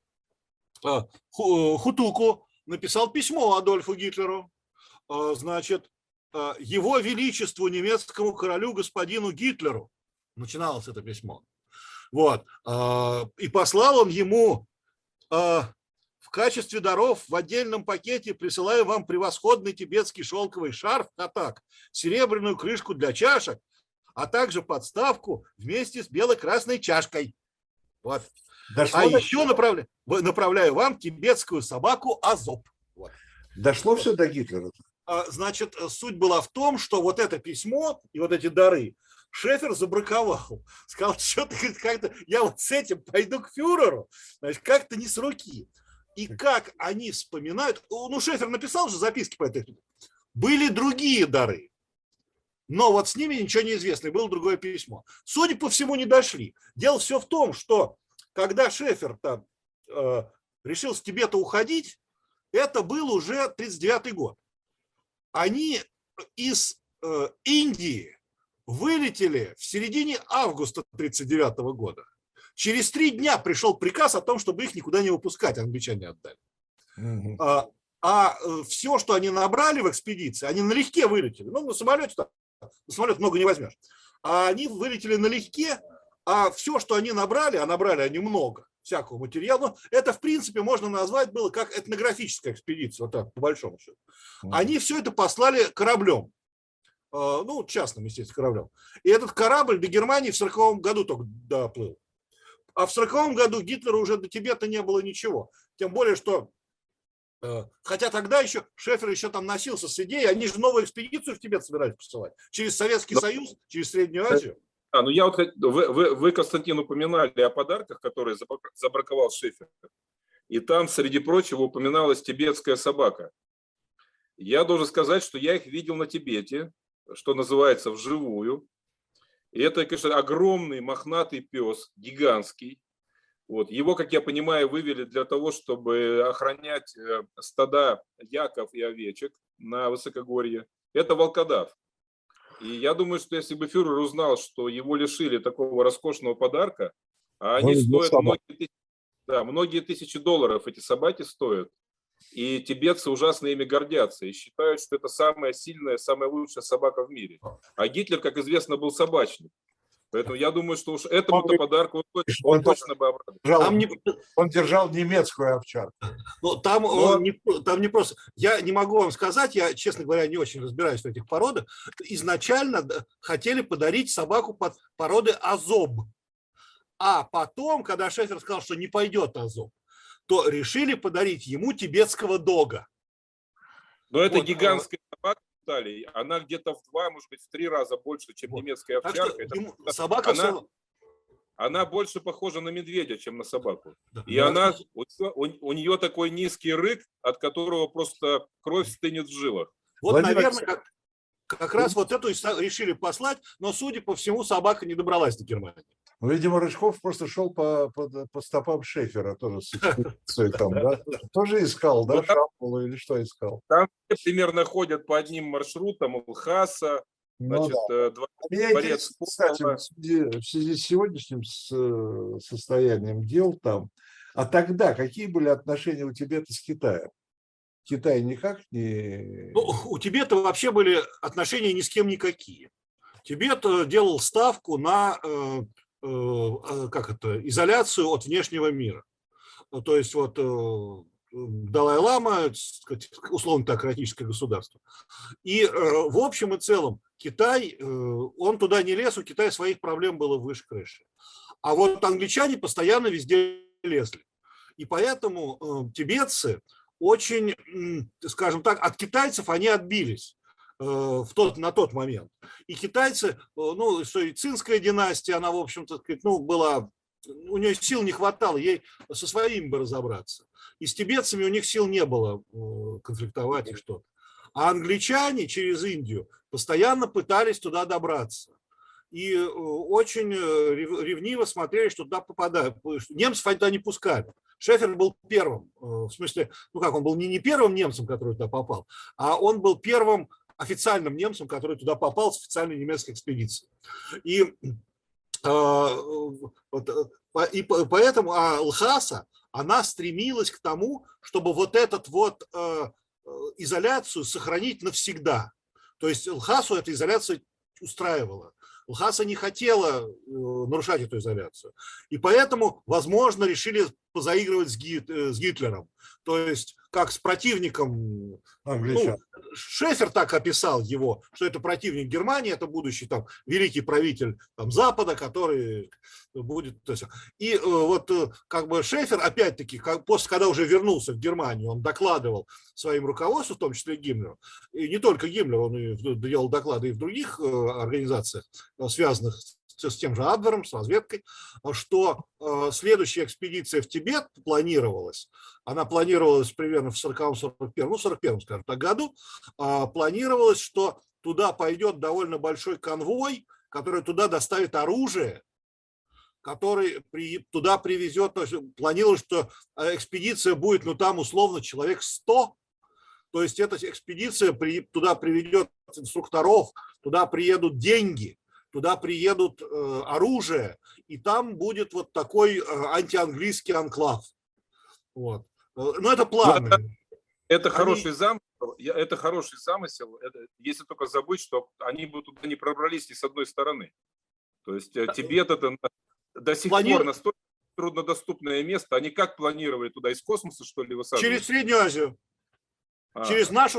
Хутуку написал письмо Адольфу Гитлеру, значит, его величеству немецкому королю господину Гитлеру, начиналось это письмо, вот, и послал он ему в качестве даров в отдельном пакете присылаю вам превосходный тибетский шелковый шарф катак, серебряную крышку для чашек, а также подставку вместе с бело-красной чашкой. Вот. Дошло а до... еще направляю, направляю вам тибетскую собаку Азоп. Вот. Дошло все до Гитлера? Значит, суть была в том, что вот это письмо и вот эти дары Шефер забраковал. Сказал, что ты как-то, я вот с этим пойду к фюреру, значит, как-то не с руки. И как они вспоминают, ну, Шефер написал же записки по этой, были другие дары, но вот с ними ничего не известно, и было другое письмо. Судя по всему, не дошли. Дело все в том, что когда Шефер там э, решил с Тибета уходить, это был уже тридцать девятый год. Они из э, Индии вылетели в середине августа тридцать девятого года. Через три дня пришел приказ о том, чтобы их никуда не выпускать, англичане отдали. Mm-hmm. А, а все, что они набрали в экспедиции, они налегке вылетели. Ну, на самолете там, на самолет много не возьмешь. А они вылетели налегке, а все, что они набрали, а набрали они много всякого материала, ну, это, в принципе, можно назвать было как этнографическая экспедиция, вот так, по большому счету. Mm-hmm. Они все это послали кораблем. Ну, частным, естественно, кораблем. И этот корабль до Германии в сороковом году только доплыл. А в сороковом году Гитлеру уже до Тибета не было ничего. Тем более, что, хотя тогда еще Шефер еще там носился с идеей, они же новую экспедицию в Тибет собирались посылать. Через Советский Но... Союз, через Среднюю Азию. А, ну я вот, вы, вы, вы, Константин, упоминали о подарках, которые забраковал Шефер. И там, среди прочего, упоминалась тибетская собака. Я должен сказать, что я их видел на Тибете, что называется, вживую. И это, конечно, огромный мохнатый пес, гигантский. Вот. Его, как я понимаю, вывели для того, чтобы охранять стада яков и овечек на высокогорье. Это волкодав. И я думаю, что если бы фюрер узнал, что его лишили такого роскошного подарка, а они ну, стоят многие тысячи, да, многие тысячи долларов, эти собаки стоят, и тибетцы ужасно ими гордятся и считают, что это самая сильная, самая лучшая собака в мире. А Гитлер, как известно, был собачник. Поэтому я думаю, что уж этому-то подарку он точно, он точно бы обрадовался. Он, не... он держал немецкую овчарку. Ну, там, Но... он не, там не просто... Я не могу вам сказать, я, честно говоря, не очень разбираюсь в этих породах. Изначально хотели подарить собаку под породы Азоб. А потом, когда Шефер сказал, что не пойдет Азоб, то решили подарить ему тибетского дога. Но это вот, гигантская собака, Италии. Она где-то в два, может быть, в три раза больше, чем вот. Немецкая овчарка. Это, ему, собака она, все... она больше похожа на медведя, чем на собаку. Да. И да. она, у, у нее такой низкий рык, от которого просто кровь стынет в жилах. Вот, Владимир... наверное, как, как раз вот эту решили послать, но, судя по всему, собака не добралась до Германии. Ну, видимо, Рыжков просто шел по, по, по стопам Шефера, тоже с экспедицией там, да? Тоже искал, да, Шампула или что искал? Там примерно ходят по одним маршрутам, Лхаса, значит, два дворец. Кстати, в связи, в связи с сегодняшним состоянием дел там, а тогда какие были отношения у Тибета с Китаем? Китай никак не... Ну, у Тибета вообще были отношения ни с кем никакие. Тибет делал ставку на... как это, изоляцию от внешнего мира. То есть вот Далай-лама, условно-теократическое государство. И в общем и целом Китай, он туда не лез, у Китая своих проблем было выше крыши. А вот англичане постоянно везде лезли. И поэтому тибетцы очень, скажем так, от китайцев они отбились. В тот, на тот момент. И китайцы, ну, что и цинская династия, она, в общем-то, ну, была, у нее сил не хватало, ей со своими бы разобраться. И с тибетцами у них сил не было конфликтовать и что-то. А англичане через Индию постоянно пытались туда добраться. И очень ревниво смотрели, что туда попадают. Немцев они туда не пускали. Шефер был первым, в смысле, ну как, он был не, не первым немцем, который туда попал, а он был первым официальным немцем, который туда попал с официальной немецкой экспедиции. И, и поэтому а Лхаса, она стремилась к тому, чтобы вот эту вот изоляцию сохранить навсегда. То есть Лхасу эта изоляция устраивала. Лхаса не хотела нарушать эту изоляцию. И поэтому, возможно, решили позаигрывать с, Гит, с Гитлером. То есть, как с противником. Ну, Шефер так описал его, что это противник Германии, это будущий там великий правитель там, Запада, который будет... То есть, и вот как бы Шефер, опять-таки, как, после, когда уже вернулся в Германию, он докладывал своим руководству, в том числе Гиммлеру, и не только Гиммлеру, он и делал доклады и в других организациях, связанных с тем же Абвером, с разведкой, что следующая экспедиция в Тибет планировалась. Она планировалась примерно в сороковом сорок первом, ну, сорок первом, скажем так, году. Планировалось, что туда пойдет довольно большой конвой, который туда доставит оружие, который при, туда привезет. То есть планировалось, что экспедиция будет, ну, там условно человек сто. То есть эта экспедиция при, туда приведет инструкторов, туда приедут деньги. туда приедут оружие, и там будет вот такой антианглийский анклав. Вот. Но это планы. Это, это Они... хороший замысел. Это хороший замысел. Это, если только забыть, что они бы туда не пробрались ни с одной стороны. То есть Тибет это до сих Плани... пор настолько труднодоступное место. Они как планировали туда из космоса, что ли, высаживать? Через Среднюю Азию. А. Через нашу,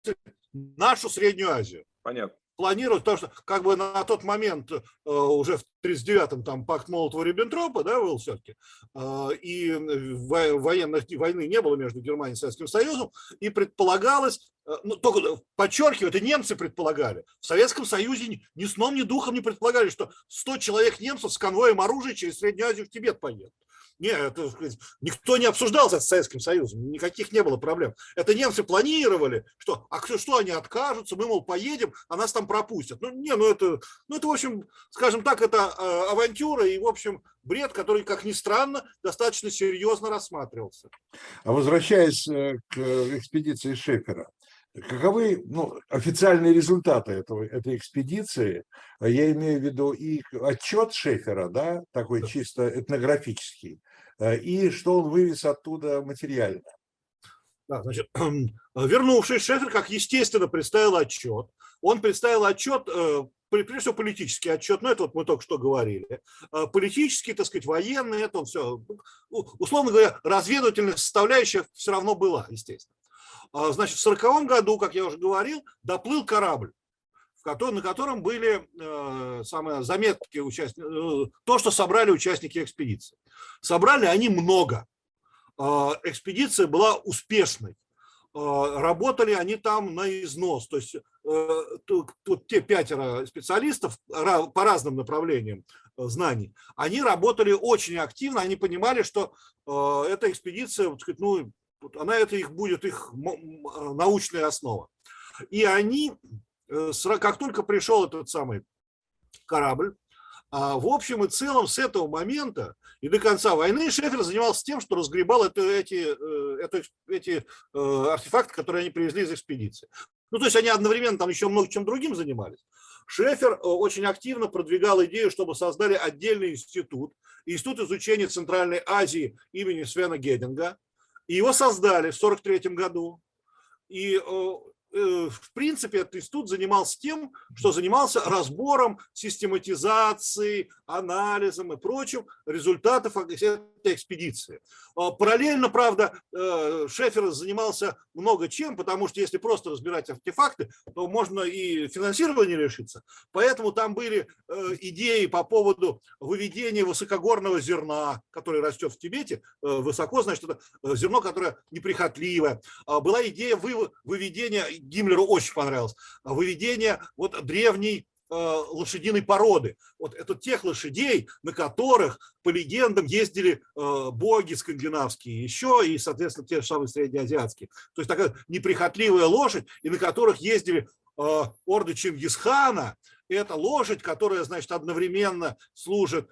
нашу Среднюю Азию. Понятно. Планируют, потому что как бы на тот момент э, уже в тридцать девятом там пакт Молотова-Риббентропа, да, был все-таки, э, и военных, войны не было между Германией и Советским Союзом, и предполагалось, э, ну, только подчеркиваю, это немцы предполагали, в Советском Союзе ни, ни сном, ни духом не предполагали, что сто человек немцев с конвоем оружия через Среднюю Азию в Тибет поедут. Нет, это, никто не обсуждал это с Советским Союзом, никаких не было проблем. Это немцы планировали, что, а что они откажутся, мы, мол, поедем, а нас там пропустят. Ну, не, ну это, ну это, в общем, скажем так, это э, авантюра и, в общем, бред, который, как ни странно, достаточно серьезно рассматривался. А возвращаясь к экспедиции Шефера, каковы ну, официальные результаты этого, этой экспедиции? Я имею в виду и отчет Шефера, да, такой чисто этнографический, и что он вывез оттуда материально. Да, значит, вернувшись, Шефер, как естественно, представил отчет. Он представил отчет, прежде всего политический отчет, но это вот мы только что говорили. Политический, так сказать, военный, это он все, условно говоря, разведывательная составляющая все равно была, естественно. Значит, в сороковом году, как я уже говорил, доплыл корабль, в котором, на котором были э, самые заметки, участники, э, то, что собрали участники экспедиции. Собрали они много. Э, экспедиция была успешной. Э, работали они там на износ. То есть э, тут, тут те пятеро специалистов по разным направлениям знаний, они работали очень активно, они понимали, что э, эта экспедиция, так сказать, ну, она это их будет их научная основа. И они, как только пришел этот самый корабль, в общем и целом с этого момента и до конца войны Шефер занимался тем, что разгребал это, эти, это, эти артефакты, которые они привезли из экспедиции. Ну, то есть они одновременно там еще много чем другим занимались. Шефер очень активно продвигал идею, чтобы создали отдельный институт, институт изучения Центральной Азии имени Свена Гединга. И его создали в сорок третьем году. И, в принципе, этот институт занимался тем, что занимался разбором, систематизацией, анализом и прочим результатов этой экспедиции. Параллельно, правда, Шефер занимался много чем, потому что если просто разбирать артефакты, то можно и финансирование лишиться. Поэтому там были идеи по поводу выведения высокогорного зерна, которое растет в Тибете. Высоко, значит, это зерно, которое неприхотливое. Была идея выведения, Гиммлеру очень понравилось, выведения вот древней лошадиной породы. Вот это тех лошадей, на которых, по легендам, ездили боги скандинавские еще и, соответственно, те же самые среднеазиатские. То есть такая неприхотливая лошадь, и на которых ездили орды Чингисхана. Это лошадь, которая, значит, одновременно служит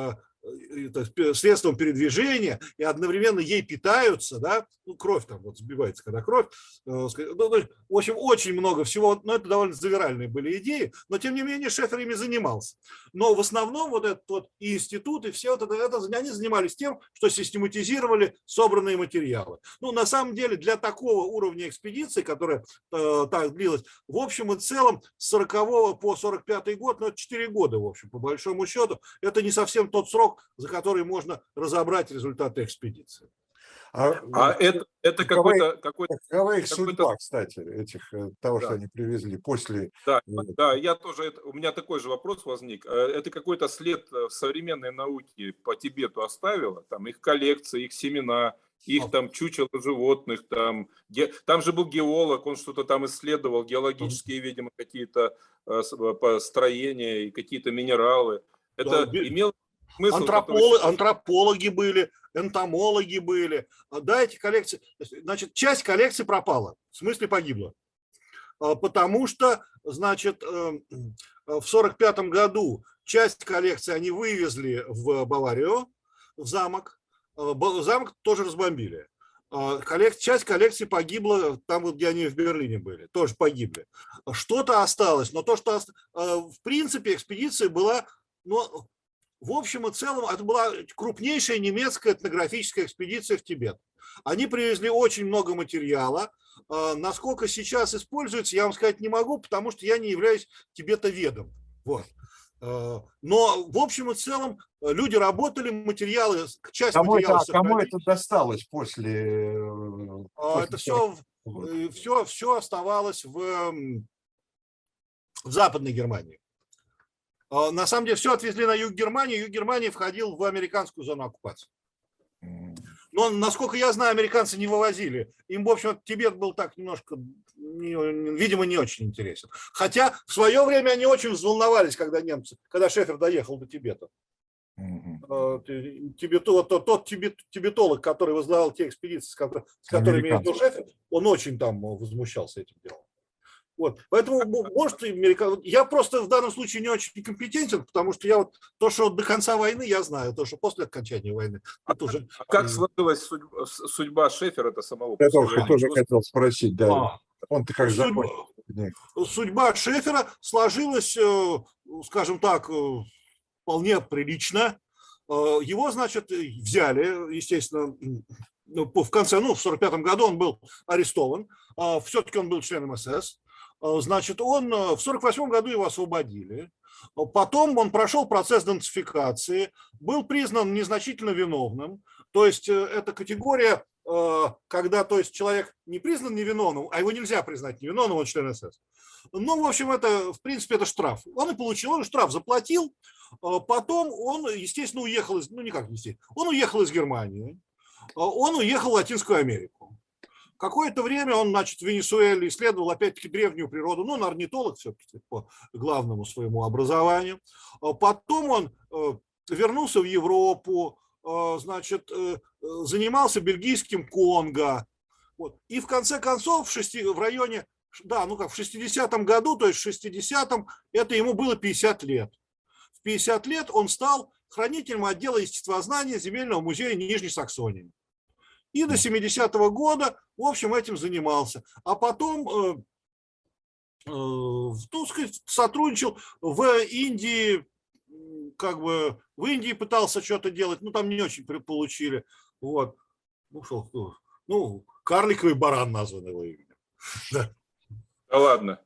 средством передвижения и одновременно ей питаются, да, ну, кровь там вот сбивается, когда кровь, ну, в общем, очень много всего, но это довольно завиральные были идеи, но тем не менее Шефер ими занимался. Но в основном вот этот вот и институт, и все вот это, это, они занимались тем, что систематизировали собранные материалы. Ну, на самом деле, для такого уровня экспедиции, которая э, так длилась, в общем и целом с сорокового по сорок пятый год, ну, это четыре года, в общем, по большому счету, это не совсем тот срок, за который можно разобрать результаты экспедиции. А, а это, это какой-то... Какой-то, какова их судьба, кстати, этих, того, да. что они привезли после... Да, да, я тоже... У меня такой же вопрос возник. Это какой-то след в современной науке по Тибету оставило? Там их коллекции, их семена, их там чучело животных, там... Там же был геолог, он что-то там исследовал, геологические, видимо, какие-то строения и какие-то минералы. Это да, имело... Смысл, Антрополог, который... Антропологи были, энтомологи были. Да, эти коллекции... Значит, часть коллекции пропала, в смысле погибла. Потому что, значит, в сорок пятом году часть коллекции они вывезли в Баварию, в замок. Замок тоже разбомбили. Коллек... Часть коллекции погибла там, вот, где они в Берлине были, тоже погибли. Что-то осталось, но то, что в принципе экспедиция была, ну, в общем и целом, это была крупнейшая немецкая этнографическая экспедиция в Тибет. Они привезли очень много материала. Насколько сейчас используется, я вам сказать не могу, потому что я не являюсь тибетоведом. Вот. Но в общем и целом люди работали, материалы, часть кому материалов это, кому это досталось после, после это все, все, все оставалось в, в Западной Германии. На самом деле все отвезли на юг Германии, юг Германии входил в американскую зону оккупации. Но, насколько я знаю, американцы не вывозили. Им, в общем, Тибет был так немножко, видимо, не очень интересен. Хотя в свое время они очень взволновались, когда немцы, когда Шефер доехал до Тибета. Mm-hmm. Тибетолог, тот, тот тибет, тибетолог, который возглавлял те экспедиции, с которыми ездил Шефер, он очень там возмущался этим делом. Вот. Поэтому, может, я просто в данном случае не очень компетентен, потому что я вот то, что до конца войны, я знаю, то, что после окончания войны. Это уже... А как сложилась судьба, судьба Шефера-то самого? Я тоже, тоже хотел спросить, да. А, Он-то как судьба, судьба Шефера сложилась, скажем так, вполне прилично. Его, значит, взяли, естественно, в конце, ну, в сорок пятом году он был арестован. Все-таки он был членом СС. Значит, он в сорок восьмом году его освободили. Потом он прошел процесс денацификации, был признан незначительно виновным. То есть это категория, когда, то есть, человек не признан невиновным, а его нельзя признать невиновным, он член СС. Ну, в общем, это, в принципе, это штраф. Он и получил, он штраф заплатил. Потом он, естественно, уехал из, ну, никак не естественно, он уехал из Германии. Он уехал в Латинскую Америку. Какое-то время он, значит, в Венесуэле исследовал, опять-таки, древнюю природу. Ну, он орнитолог все-таки по главному своему образованию. Потом он вернулся в Европу, значит, занимался бельгийским Конго. Вот. И в конце концов, в, шести, в районе, да, ну как, в шестидесятом году, то есть в шестидесятом, это ему было пятьдесят лет. В пятьдесят лет он стал хранителем отдела естествознания Земельного музея Нижней Саксонии. И до семидесятого года, в общем, этим занимался. А потом, э, э, ну, сказать, сотрудничал в Индии, как бы в Индии пытался что-то делать, ну, там не очень получили. Вот. Ну, что, ну, карликовый баран назван его именем. Да. Да ладно.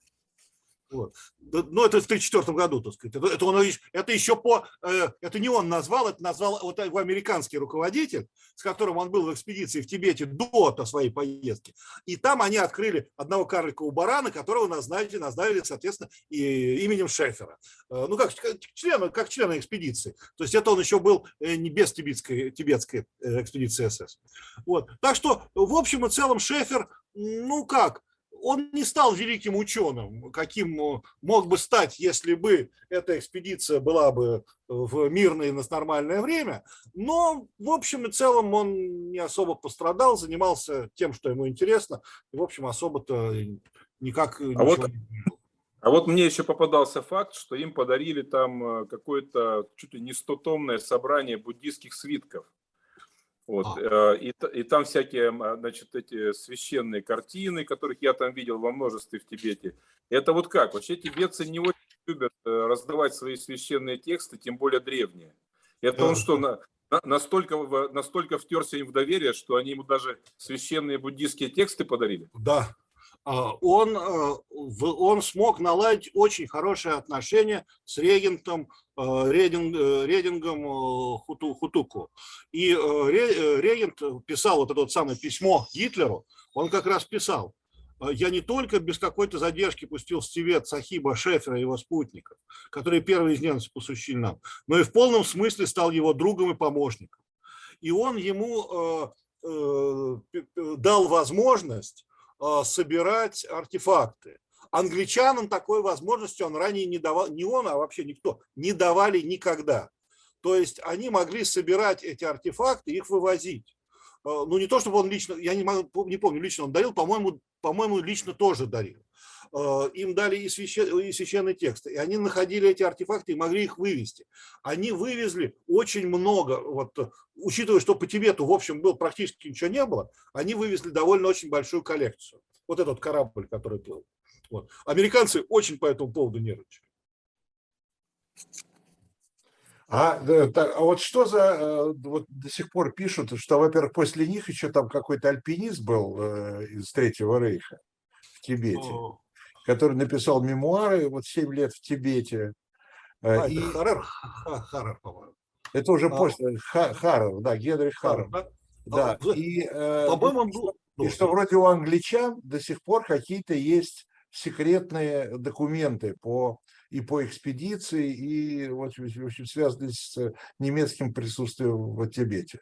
Вот. Ну, это в тысяча девятьсот тридцать четвёртом году, так сказать. Это, это, он, это еще по... Это не он назвал, это назвал вот его американский руководитель, с которым он был в экспедиции в Тибете до своей поездки. И там они открыли одного карликового барана, которого назначили, назначили, соответственно, и именем Шефера. Ну, как, как, члена, как члена экспедиции. То есть это он еще был не без тибетской, тибетской экспедиции СС. Вот. Так что, в общем и целом, Шефер, ну как... Он не стал великим ученым, каким мог бы стать, если бы эта экспедиция была бы в мирное и нормальное время. Но, в общем и целом, он не особо пострадал, занимался тем, что ему интересно. И, в общем, особо-то никак... А вот, а вот мне еще попадался факт, что им подарили там какое-то чуть ли не стотомное собрание буддийских свитков. Вот. А. И, и там всякие, значит, эти священные картины, которых я там видел во множестве в Тибете. Это вот как? Вообще тибетцы не очень любят раздавать свои священные тексты, тем более древние. Это он что, на, настолько, настолько втерся им в доверие, что они ему даже священные буддийские тексты подарили? Да. Он, он смог наладить очень хорошие отношения с регентом, Редингом Хуту, Хутуку. И регент писал вот это вот самое письмо Гитлеру, он как раз писал: я не только без какой-то задержки пустил в Тибет Сахиба Шефера и его спутников, которые первые из немцев посущили нам, но и в полном смысле стал его другом и помощником. И он ему дал возможность собирать артефакты. Англичанам такой возможности он ранее не давал, не он, а вообще никто, не давали никогда. То есть они могли собирать эти артефакты и их вывозить. Ну, не то, чтобы он лично, я не, могу, не помню, лично он дарил, по-моему, по-моему, лично тоже дарил. им дали и, священ, и священный текст, и они находили эти артефакты и могли их вывести. Они вывезли очень много, вот, учитывая, что по Тибету, в общем, был практически ничего не было, они вывезли довольно очень большую коллекцию. Вот этот корабль, который плыл. Вот. Американцы очень по этому поводу нервничали. А, а вот что за, вот до сих пор пишут, что, во-первых, после них еще там какой-то альпинист был из Третьего Рейха в Тибете, О. который написал мемуары, вот семь лет в Тибете. А, и... это Харер, Харер, по-моему. Это уже а. после, Харер, да, Генрих Харер. Да, да. А, и, по-моему, он был... И что вроде у англичан до сих пор какие-то есть секретные документы по, и по экспедиции, и вот, в общем, связанные с немецким присутствием в Тибете.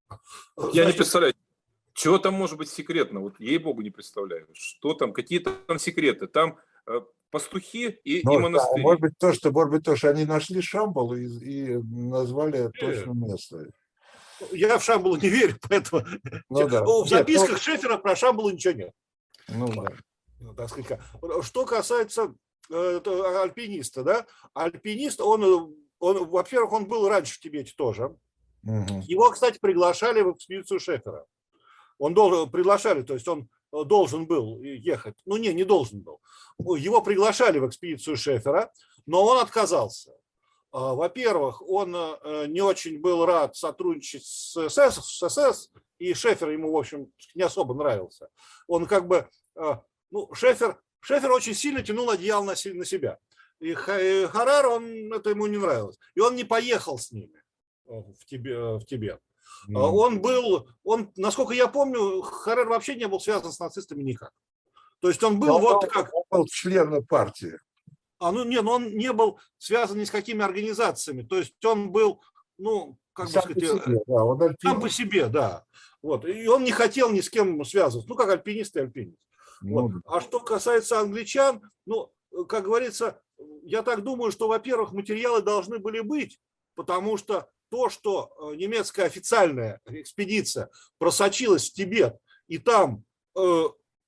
Я Значит, не представляю, чего там может быть секретно, вот ей-богу не представляю, что там, какие там секреты, там э, пастухи и, ну, и монастыри. Да, может быть то, что, может быть, то, что они нашли Шамбалу и, и назвали точно место. Я в Шамбалу не верю, поэтому ну, да. в записках нет, ну... Шефера про Шамбалу ничего нет. Ну, да. Ну, так сказать. Что касается э, альпиниста, да, альпинист, он, он, во-первых, он был раньше в Тибете тоже. Угу. Его, кстати, приглашали в экспедицию Шефера. Он должен, приглашали, то есть он должен был ехать. Ну, не, не должен был. Его приглашали в экспедицию Шефера, но он отказался. Во-первых, он не очень был рад сотрудничать с СС, с СС, и Шефер ему, в общем, не особо нравился. Он как бы, ну, Шефер, Шефер очень сильно тянул одеяло на себя. И Харер, он, это ему не нравилось. И он не поехал с ними в Тибет. В Тибет. Mm. Он был, он, насколько я помню, Харер вообще не был связан с нацистами никак. То есть он был но вот он, как... Он был членом партии. А, ну, не, ну он не был связан ни с какими организациями. То есть он был, ну, как сам бы сказать, по себе, да, он сам по себе, да. Вот. И он не хотел ни с кем связываться. Ну, как альпинист и альпинист. Ну, вот. А что касается англичан, ну, как говорится, я так думаю, что, во-первых, материалы должны были быть, потому что то, что немецкая официальная экспедиция просочилась в Тибет, и там э,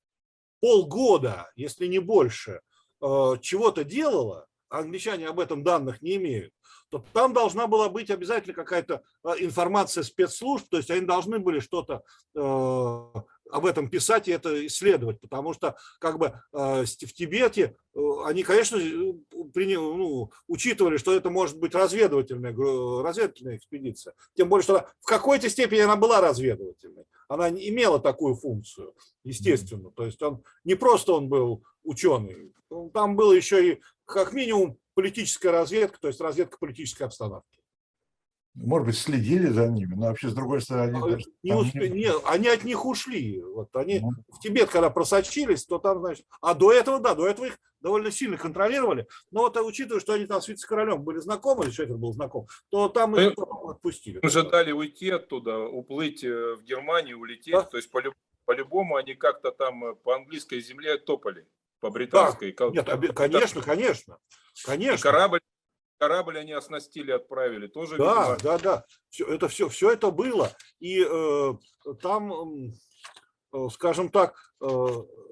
полгода, если не больше, чего-то делала, а англичане об этом данных не имеют, то там должна была быть обязательно какая-то информация спецслужб, то есть они должны были что-то э, об этом писать и это исследовать, потому что как бы э, в Тибете э, они, конечно, приняли, ну, учитывали, что это может быть разведывательная, разведывательная экспедиция, тем более, что в какой-то степени она была разведывательной, она имела такую функцию, естественно, то есть он не просто он был ученый, там было еще и как минимум политическая разведка, то есть разведка политической обстановки. Может быть, следили за ними, но вообще, с другой стороны... Они, даже, не успе... не... Не, они от них ушли. Вот они ну. в Тибет, когда просочились, то там, значит... А до этого, да, до этого их довольно сильно контролировали. Но вот, учитывая, что они там с вице-королем были знакомы, или Шефер был знаком, то там их отпустили. Мы же дали уйти оттуда, уплыть в Германию, улететь. Да? То есть по-любому они как-то там по английской земле топали. По британской. Да. Нет, конечно, конечно, конечно. И корабль, корабль они оснастили, отправили. Тоже, да, видимо... да, да. Все это, все, все это было. И э, там, э, скажем так, э,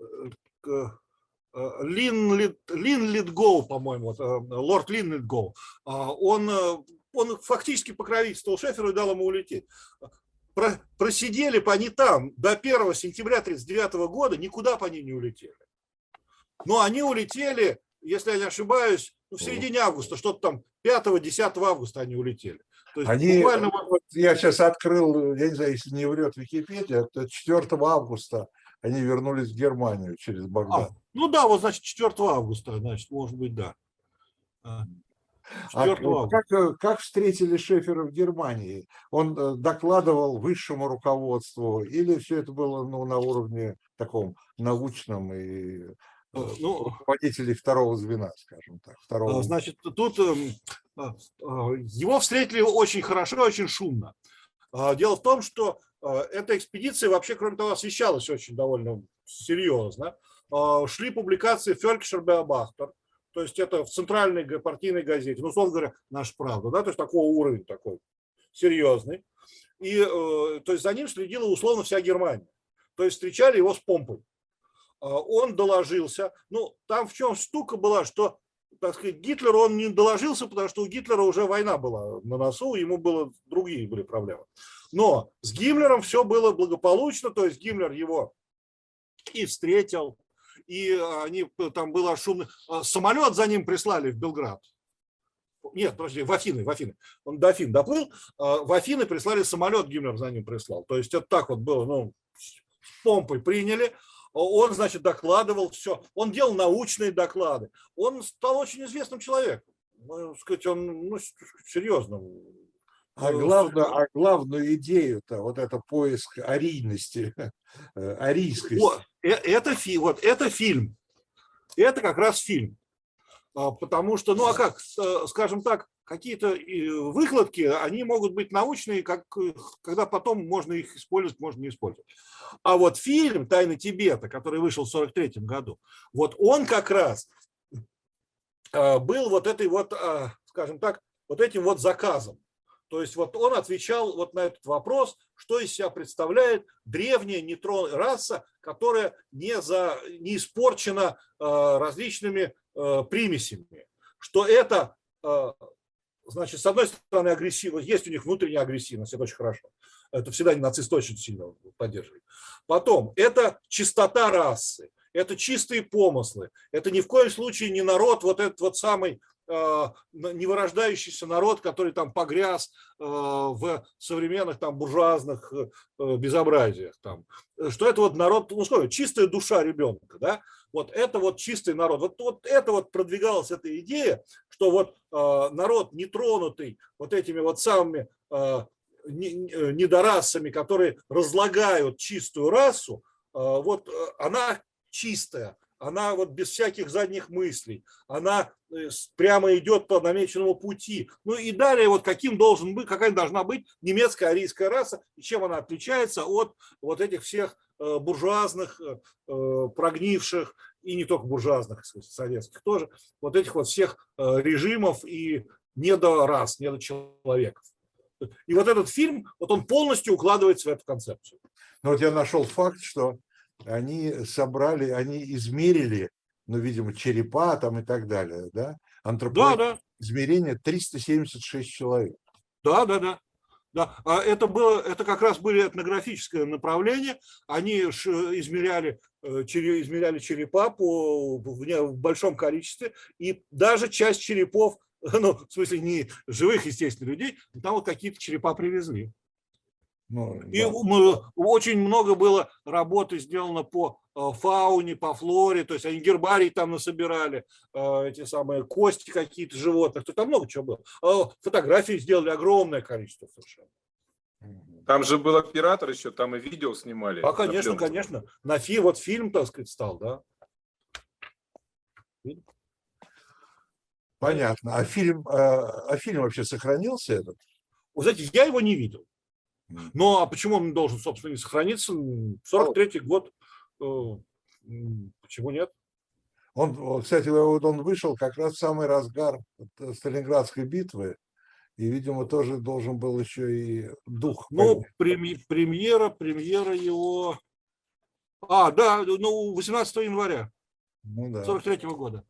э, Лин Литгоу, по-моему, вот, лорд Лин Литгоу, он, он фактически покровительствовал Шеферу и дал ему улететь. Про, просидели бы они там до первого сентября тысяча девятьсот тридцать девятого года, никуда бы они не улетели. Но они улетели, если я не ошибаюсь, ну, в середине августа, что-то там пятого-десятого августа они улетели. То есть они, буквально... вот я сейчас открыл, я не знаю, если не врет Википедия, то четвёртого августа они вернулись в Германию через Багдад. А, ну да, вот значит четвёртого августа, значит, может быть, да. А как, как встретили Шефера в Германии? Он докладывал высшему руководству или все это было, ну, на уровне таком научном и ну, руководителей второго звена, скажем так? Второго... Значит, тут его встретили очень хорошо, очень шумно. Дело в том, что эта экспедиция вообще, кроме того, освещалась очень довольно серьезно. Шли публикации Völkischer Beobachter, то есть это в центральной партийной газете, ну, условно говоря, «Наша правда», да, то есть такого уровня такой серьезный. И то есть за ним следила условно вся Германия. То есть встречали его с помпой. он доложился. Ну, там в чем штука была, что, так сказать, Гитлер, он не доложился, потому что у Гитлера уже война была на носу, ему было, другие были проблемы. Но с Гиммлером все было благополучно, то есть Гиммлер его и встретил, и они, там было шумно. Самолет за ним прислали в Белград. Нет, подожди, в Афины, в Афины. Он до Афин доплыл, в Афины прислали самолет, Гиммлер за ним прислал. То есть это так вот было, ну, с помпой приняли. Он, значит, докладывал все. Он делал научные доклады. Он стал очень известным человеком. Ну, сказать, он, ну, серьезно. А главную, а главную идею-то, вот это поиск арийности, арийскости. Вот, это, вот, это фильм. Это как раз фильм. Потому что, ну а как, скажем так, какие-то выкладки, они могут быть научные, как, когда потом можно их использовать, можно не использовать. А вот фильм «Тайны Тибета», который вышел в сорок третьем году, вот он как раз был вот этой вот, скажем так, вот этим вот заказом. То есть вот он отвечал вот на этот вопрос, что из себя представляет древняя нейтронная раса, которая не, за, не испорчена э, различными э, примесями. Что это, э, значит, с одной стороны, агрессивность, есть у них внутренняя агрессивность, это очень хорошо. Это всегда нацисты очень сильно поддерживают. Потом, это чистота расы, это чистые помыслы, это ни в коем случае не народ, вот этот вот самый невырождающийся народ, который там погряз в современных там буржуазных безобразиях. Там. Что это вот народ, ну что, чистая душа ребенка, да? Вот это вот чистый народ. Вот, вот это вот продвигалась эта идея, что вот народ, не тронутый вот этими вот самыми недорасами, которые разлагают чистую расу, вот она чистая. Она вот без всяких задних мыслей, она прямо идет по намеченному пути. Ну и далее вот каким должен быть, какая должна быть немецкая арийская раса, и чем она отличается от вот этих всех буржуазных, прогнивших, и не только буржуазных, советских тоже, вот этих вот всех режимов и недорас, недочеловеков. И вот этот фильм, вот он полностью укладывается в эту концепцию. Ну вот я нашел факт, что они собрали, они измерили, ну, видимо, черепа там и так далее, да? Антропология, да, да. Измерение триста семьдесят шесть человек. Да, да, да. Да. Это, было, это как раз были этнографическое направление. Они измеряли, измеряли черепа по, в большом количестве, и даже часть черепов, ну, в смысле, не живых, естественно, людей, там вот какие-то черепа привезли. Ну, и да. мы, очень много было работы сделано по фауне, по флоре, то есть они гербарий там насобирали, эти самые кости какие-то животных, то там много чего было. Фотографии сделали огромное количество совершенно. Там же был оператор еще, там и видео снимали. А, конечно, конечно. На фи, вот фильм, так сказать, стал, да. Понятно. А фильм, а фильм вообще сохранился этот? Вы знаете, я его не видел. Ну, а почему он должен, собственно, не сохраниться? сорок третий год. Почему нет? Он, кстати, вот он вышел как раз в самый разгар Сталинградской битвы. И, видимо, тоже должен был еще и дух. Ну, премьера, премьера его... А, да, ну, восемнадцатого января ну, да. сорок третьего года.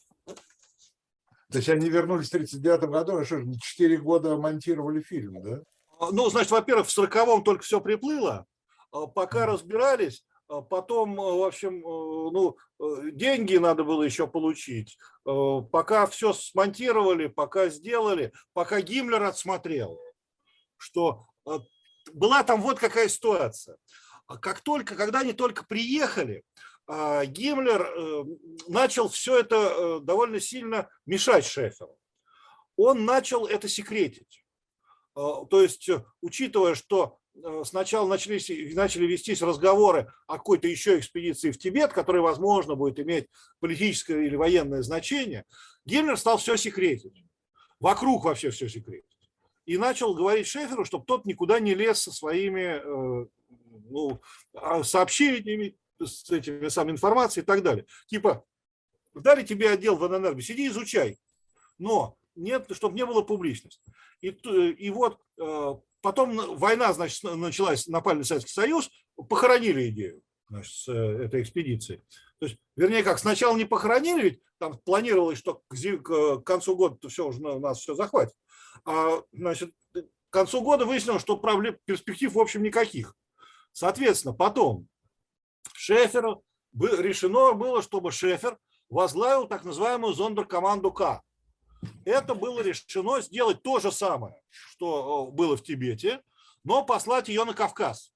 То есть они вернулись в тридцать девятом году, а что же, четыре года монтировали фильм, да? Ну, значит, во-первых, в сороковом только все приплыло, пока разбирались, потом, в общем, ну, деньги надо было еще получить, пока все смонтировали, пока сделали, пока Гиммлер отсмотрел, что была там вот какая ситуация. Как только, когда они только приехали, Гиммлер начал все это довольно сильно мешать Шеферу. Он начал это секретить. То есть, учитывая, что сначала начались, начали вестись разговоры о какой-то еще экспедиции в Тибет, которая, возможно, будет иметь политическое или военное значение, Гиммлер стал все секретить. Вокруг вообще все секретить. И начал говорить Шеферу, чтобы тот никуда не лез со своими ну, сообщениями, с этими самой информацией и так далее. Типа, дали тебе отдел в Энэнерго, сиди изучай. Но нет, чтобы не было публичности. И, и вот потом война, значит, началась, напали на Советский Союз, похоронили идею, значит, этой экспедиции. То есть, вернее, как сначала не похоронили, ведь там планировалось, что к, зим, к концу года все уже у нас все захватит. А, значит, к концу года выяснилось, что проблем, перспектив в общем никаких. Соответственно, потом Шеферу решено было, чтобы Шефер возглавил так называемую зондеркоманду К. Это было решено сделать то же самое, что было в Тибете, но послать ее на Кавказ,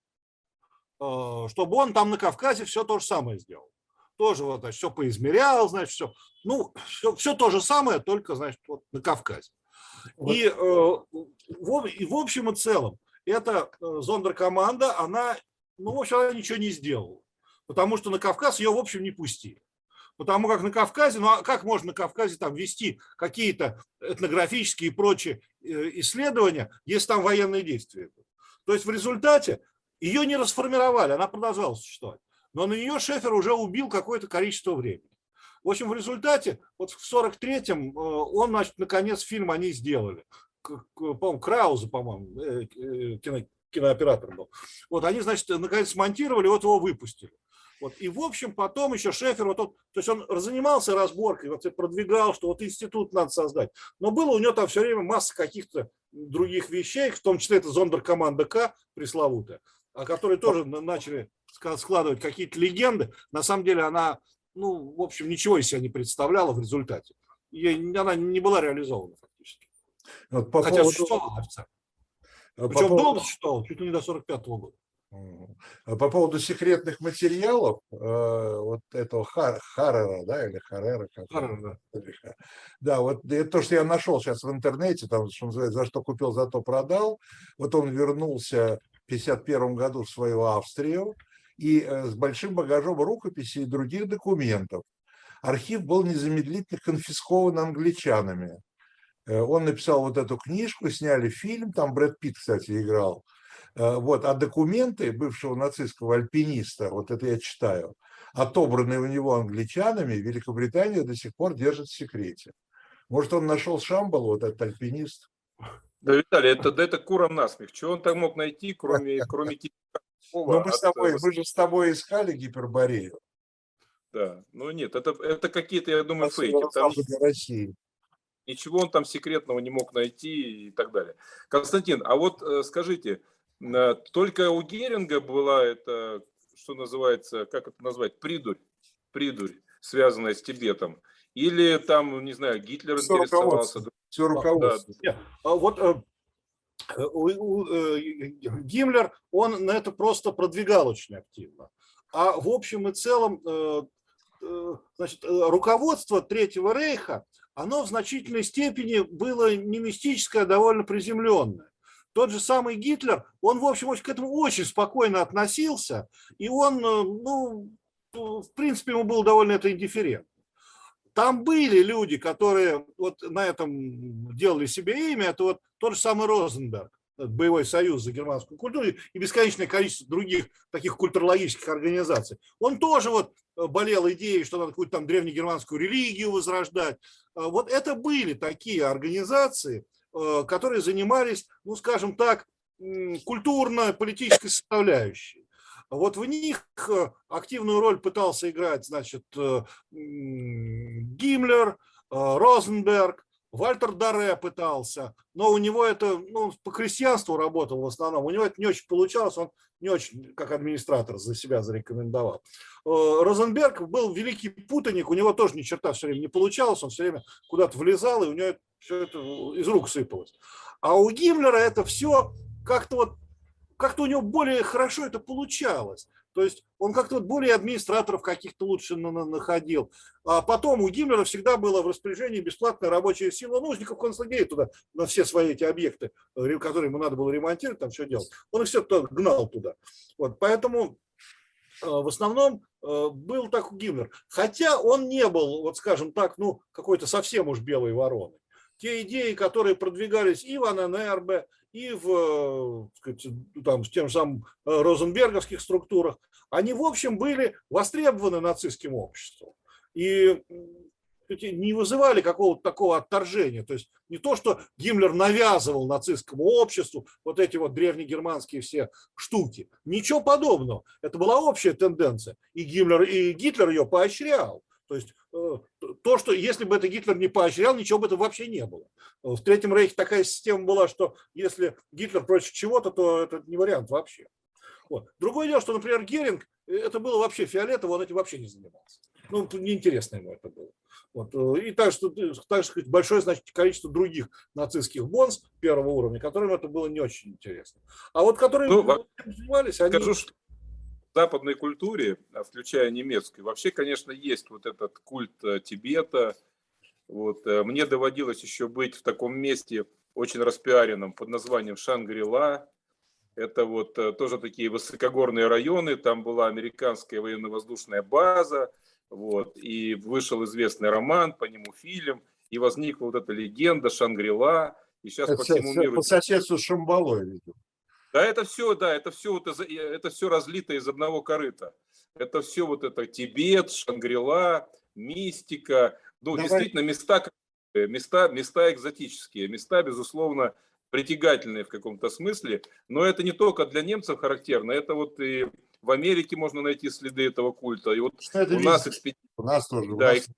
чтобы он там на Кавказе все то же самое сделал. Тоже вот, значит, все поизмерял, значит, все. Ну, все, все то же самое, только, значит, вот на Кавказе. Вот. И, в, и в общем и целом, эта зондеркоманда, она, ну, в общем, она ничего не сделала. Потому что на Кавказ ее, в общем, не пустили. Потому как на Кавказе, ну а как можно на Кавказе там вести какие-то этнографические и прочие исследования, если там военные действия идут? То есть в результате ее не расформировали, она продолжала существовать. Но на нее Шефер уже убил какое-то количество времени. В общем, в результате, вот в сорок третьем он, значит, наконец фильм они сделали. По-моему, Крауза, по-моему, кино, кинооператор был. Вот они, значит, наконец смонтировали, вот его выпустили. Вот. И, в общем, потом еще Шефер, вот он, то есть он занимался разборкой, вот, продвигал, что вот институт надо создать. Но было у него там все время масса каких-то других вещей, в том числе это зондеркоманда К, пресловутая, о которой тоже начали складывать какие-то легенды. На самом деле она, ну, в общем, ничего из себя не представляла в результате. И она не была реализована фактически. Вот по Хотя поводу... существовала официально. Причем по поводу... долго существовала, чуть ли не до сорок пятого года. По поводу секретных материалов, вот этого Харрера, да, или Харрера, Харрера, да. Да, вот это то, что я нашел сейчас в интернете, там, что называется, за что купил, за то продал. Вот он вернулся в пятьдесят первом году в свою Австрию и с большим багажом рукописей и других документов. Архив был незамедлительно конфискован англичанами. Он написал вот эту книжку, сняли фильм, там Брэд Питт, кстати, играл. Вот, а документы бывшего нацистского альпиниста, вот это я читаю, отобранные у него англичанами, Великобритания до сих пор держит в секрете. Может, он нашел Шамбал, вот этот альпинист? Да, Виталий, это, да, это куром насмех. Чего он там мог найти, кроме, кроме Ну, мы, с тобой, мы же с тобой искали Гиперборею. Да, ну нет, это, это какие-то, я думаю, фейки. Там для России. Ничего он там секретного не мог найти и так далее. Константин, а вот скажите, только у Геринга была это, что называется, как это назвать, придурь, придурь, связанная с Тибетом? Или там, не знаю, Гитлер все интересовался? Все руководство. Да. Вот Гиммлер, он на это просто продвигал очень активно. А в общем и целом, значит, руководство Третьего Рейха, оно в значительной степени было не мистическое, а довольно приземленное. Тот же самый Гитлер, он, в общем, к этому очень спокойно относился, и он, ну, в принципе, ему было довольно это индифферентно. Там были люди, которые вот на этом делали себе имя, это вот тот же самый Розенберг, Боевой союз за германскую культуру и бесконечное количество других таких культурологических организаций. Он тоже вот болел идеей, что надо какую-то там древнегерманскую религию возрождать. Вот это были такие организации, которые занимались, ну, скажем так, культурно-политической составляющей. Вот в них активную роль пытался играть, значит, Гиммлер, Розенберг, Вальтер Дарре пытался, но у него это, ну, по крестьянству работал в основном, у него это не очень получалось, он не очень как администратор за себя зарекомендовал. Розенберг был великий путаник, у него тоже ни черта все время не получалось, он все время куда-то влезал, и у него все это из рук сыпалось. А у Гиммлера это все как-то вот, как-то у него более хорошо это получалось. То есть он как-то вот более администраторов каких-то лучше находил. А потом у Гиммлера всегда была в распоряжении бесплатная рабочая сила узников концлагеря туда, на все свои эти объекты, которые ему надо было ремонтировать, там все делать. Он их все гнал туда. Вот, поэтому в основном был так у Гиммлер. Хотя он не был, вот скажем так, ну, какой-то совсем уж белой вороной. Те идеи, которые продвигались и в эн эн эр бэ, и в, сказать, там, в тем же самым розенберговских структурах, они, в общем, были востребованы нацистским обществом. И не вызывали какого-то такого отторжения. То есть не то, что Гиммлер навязывал нацистскому обществу вот эти вот древнегерманские все штуки. Ничего подобного. Это была общая тенденция. И Гиммлер, и Гитлер ее поощрял. То есть то, что если бы это Гитлер не поощрял, ничего бы этого вообще не было. В Третьем Рейхе такая система была, что если Гитлер против чего-то, то это не вариант вообще. Вот. Другое дело, что, например, Геринг, это было вообще фиолетово, он этим вообще не занимался. Ну, неинтересно ему это было. Вот. И так, что, так сказать, большое, значит, количество других нацистских бонз первого уровня, которым это было не очень интересно. А вот которые ну, занимались, они... Скажу, что в западной культуре, включая немецкой, вообще, конечно, есть вот этот культ Тибета. Вот. Мне доводилось еще быть в таком месте, очень распиаренном, под названием Шангри-Ла. Это вот тоже такие высокогорные районы, там была американская военно-воздушная база, вот, и вышел известный роман, по нему фильм, и возникла вот эта легенда Шангри-Ла, и сейчас это по всему все, миру... По соседству с Шамбалой, видимо. Да, это все, да, это все, вот из, это все разлито из одного корыта. Это все вот это Тибет, Шангри-Ла, мистика, ну, Давай. Действительно, места, места, места экзотические, места, безусловно, притягательные в каком-то смысле, но это не только для немцев характерно, это вот и в Америке можно найти следы этого культа. И вот это у нас, экспеди... у нас тоже, да, у нас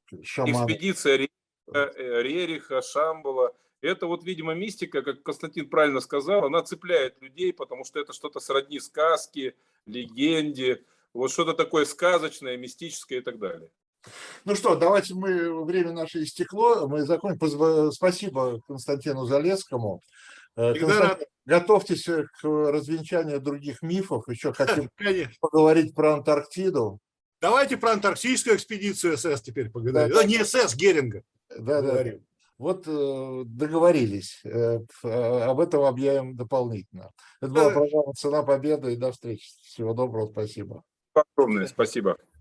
экспедиция Рериха, Рериха, Шамбала, это вот, видимо, мистика, как Константин правильно сказал, она цепляет людей, потому что это что-то сродни сказке, легенде, вот что-то такое сказочное, мистическое и так далее. Ну что, давайте мы, время наше истекло, мы закончим. Спасибо Константину Залесскому. Константин, готовьтесь к развенчанию других мифов, еще хотим поговорить про Антарктиду. Давайте про антарктическую экспедицию СС теперь поговорим. Да, да. Не СС, Геринга. Да, да. Вот договорились, об этом объявим дополнительно. Это была программа «Цена победы», и до встречи. Всего доброго, спасибо. Огромное спасибо.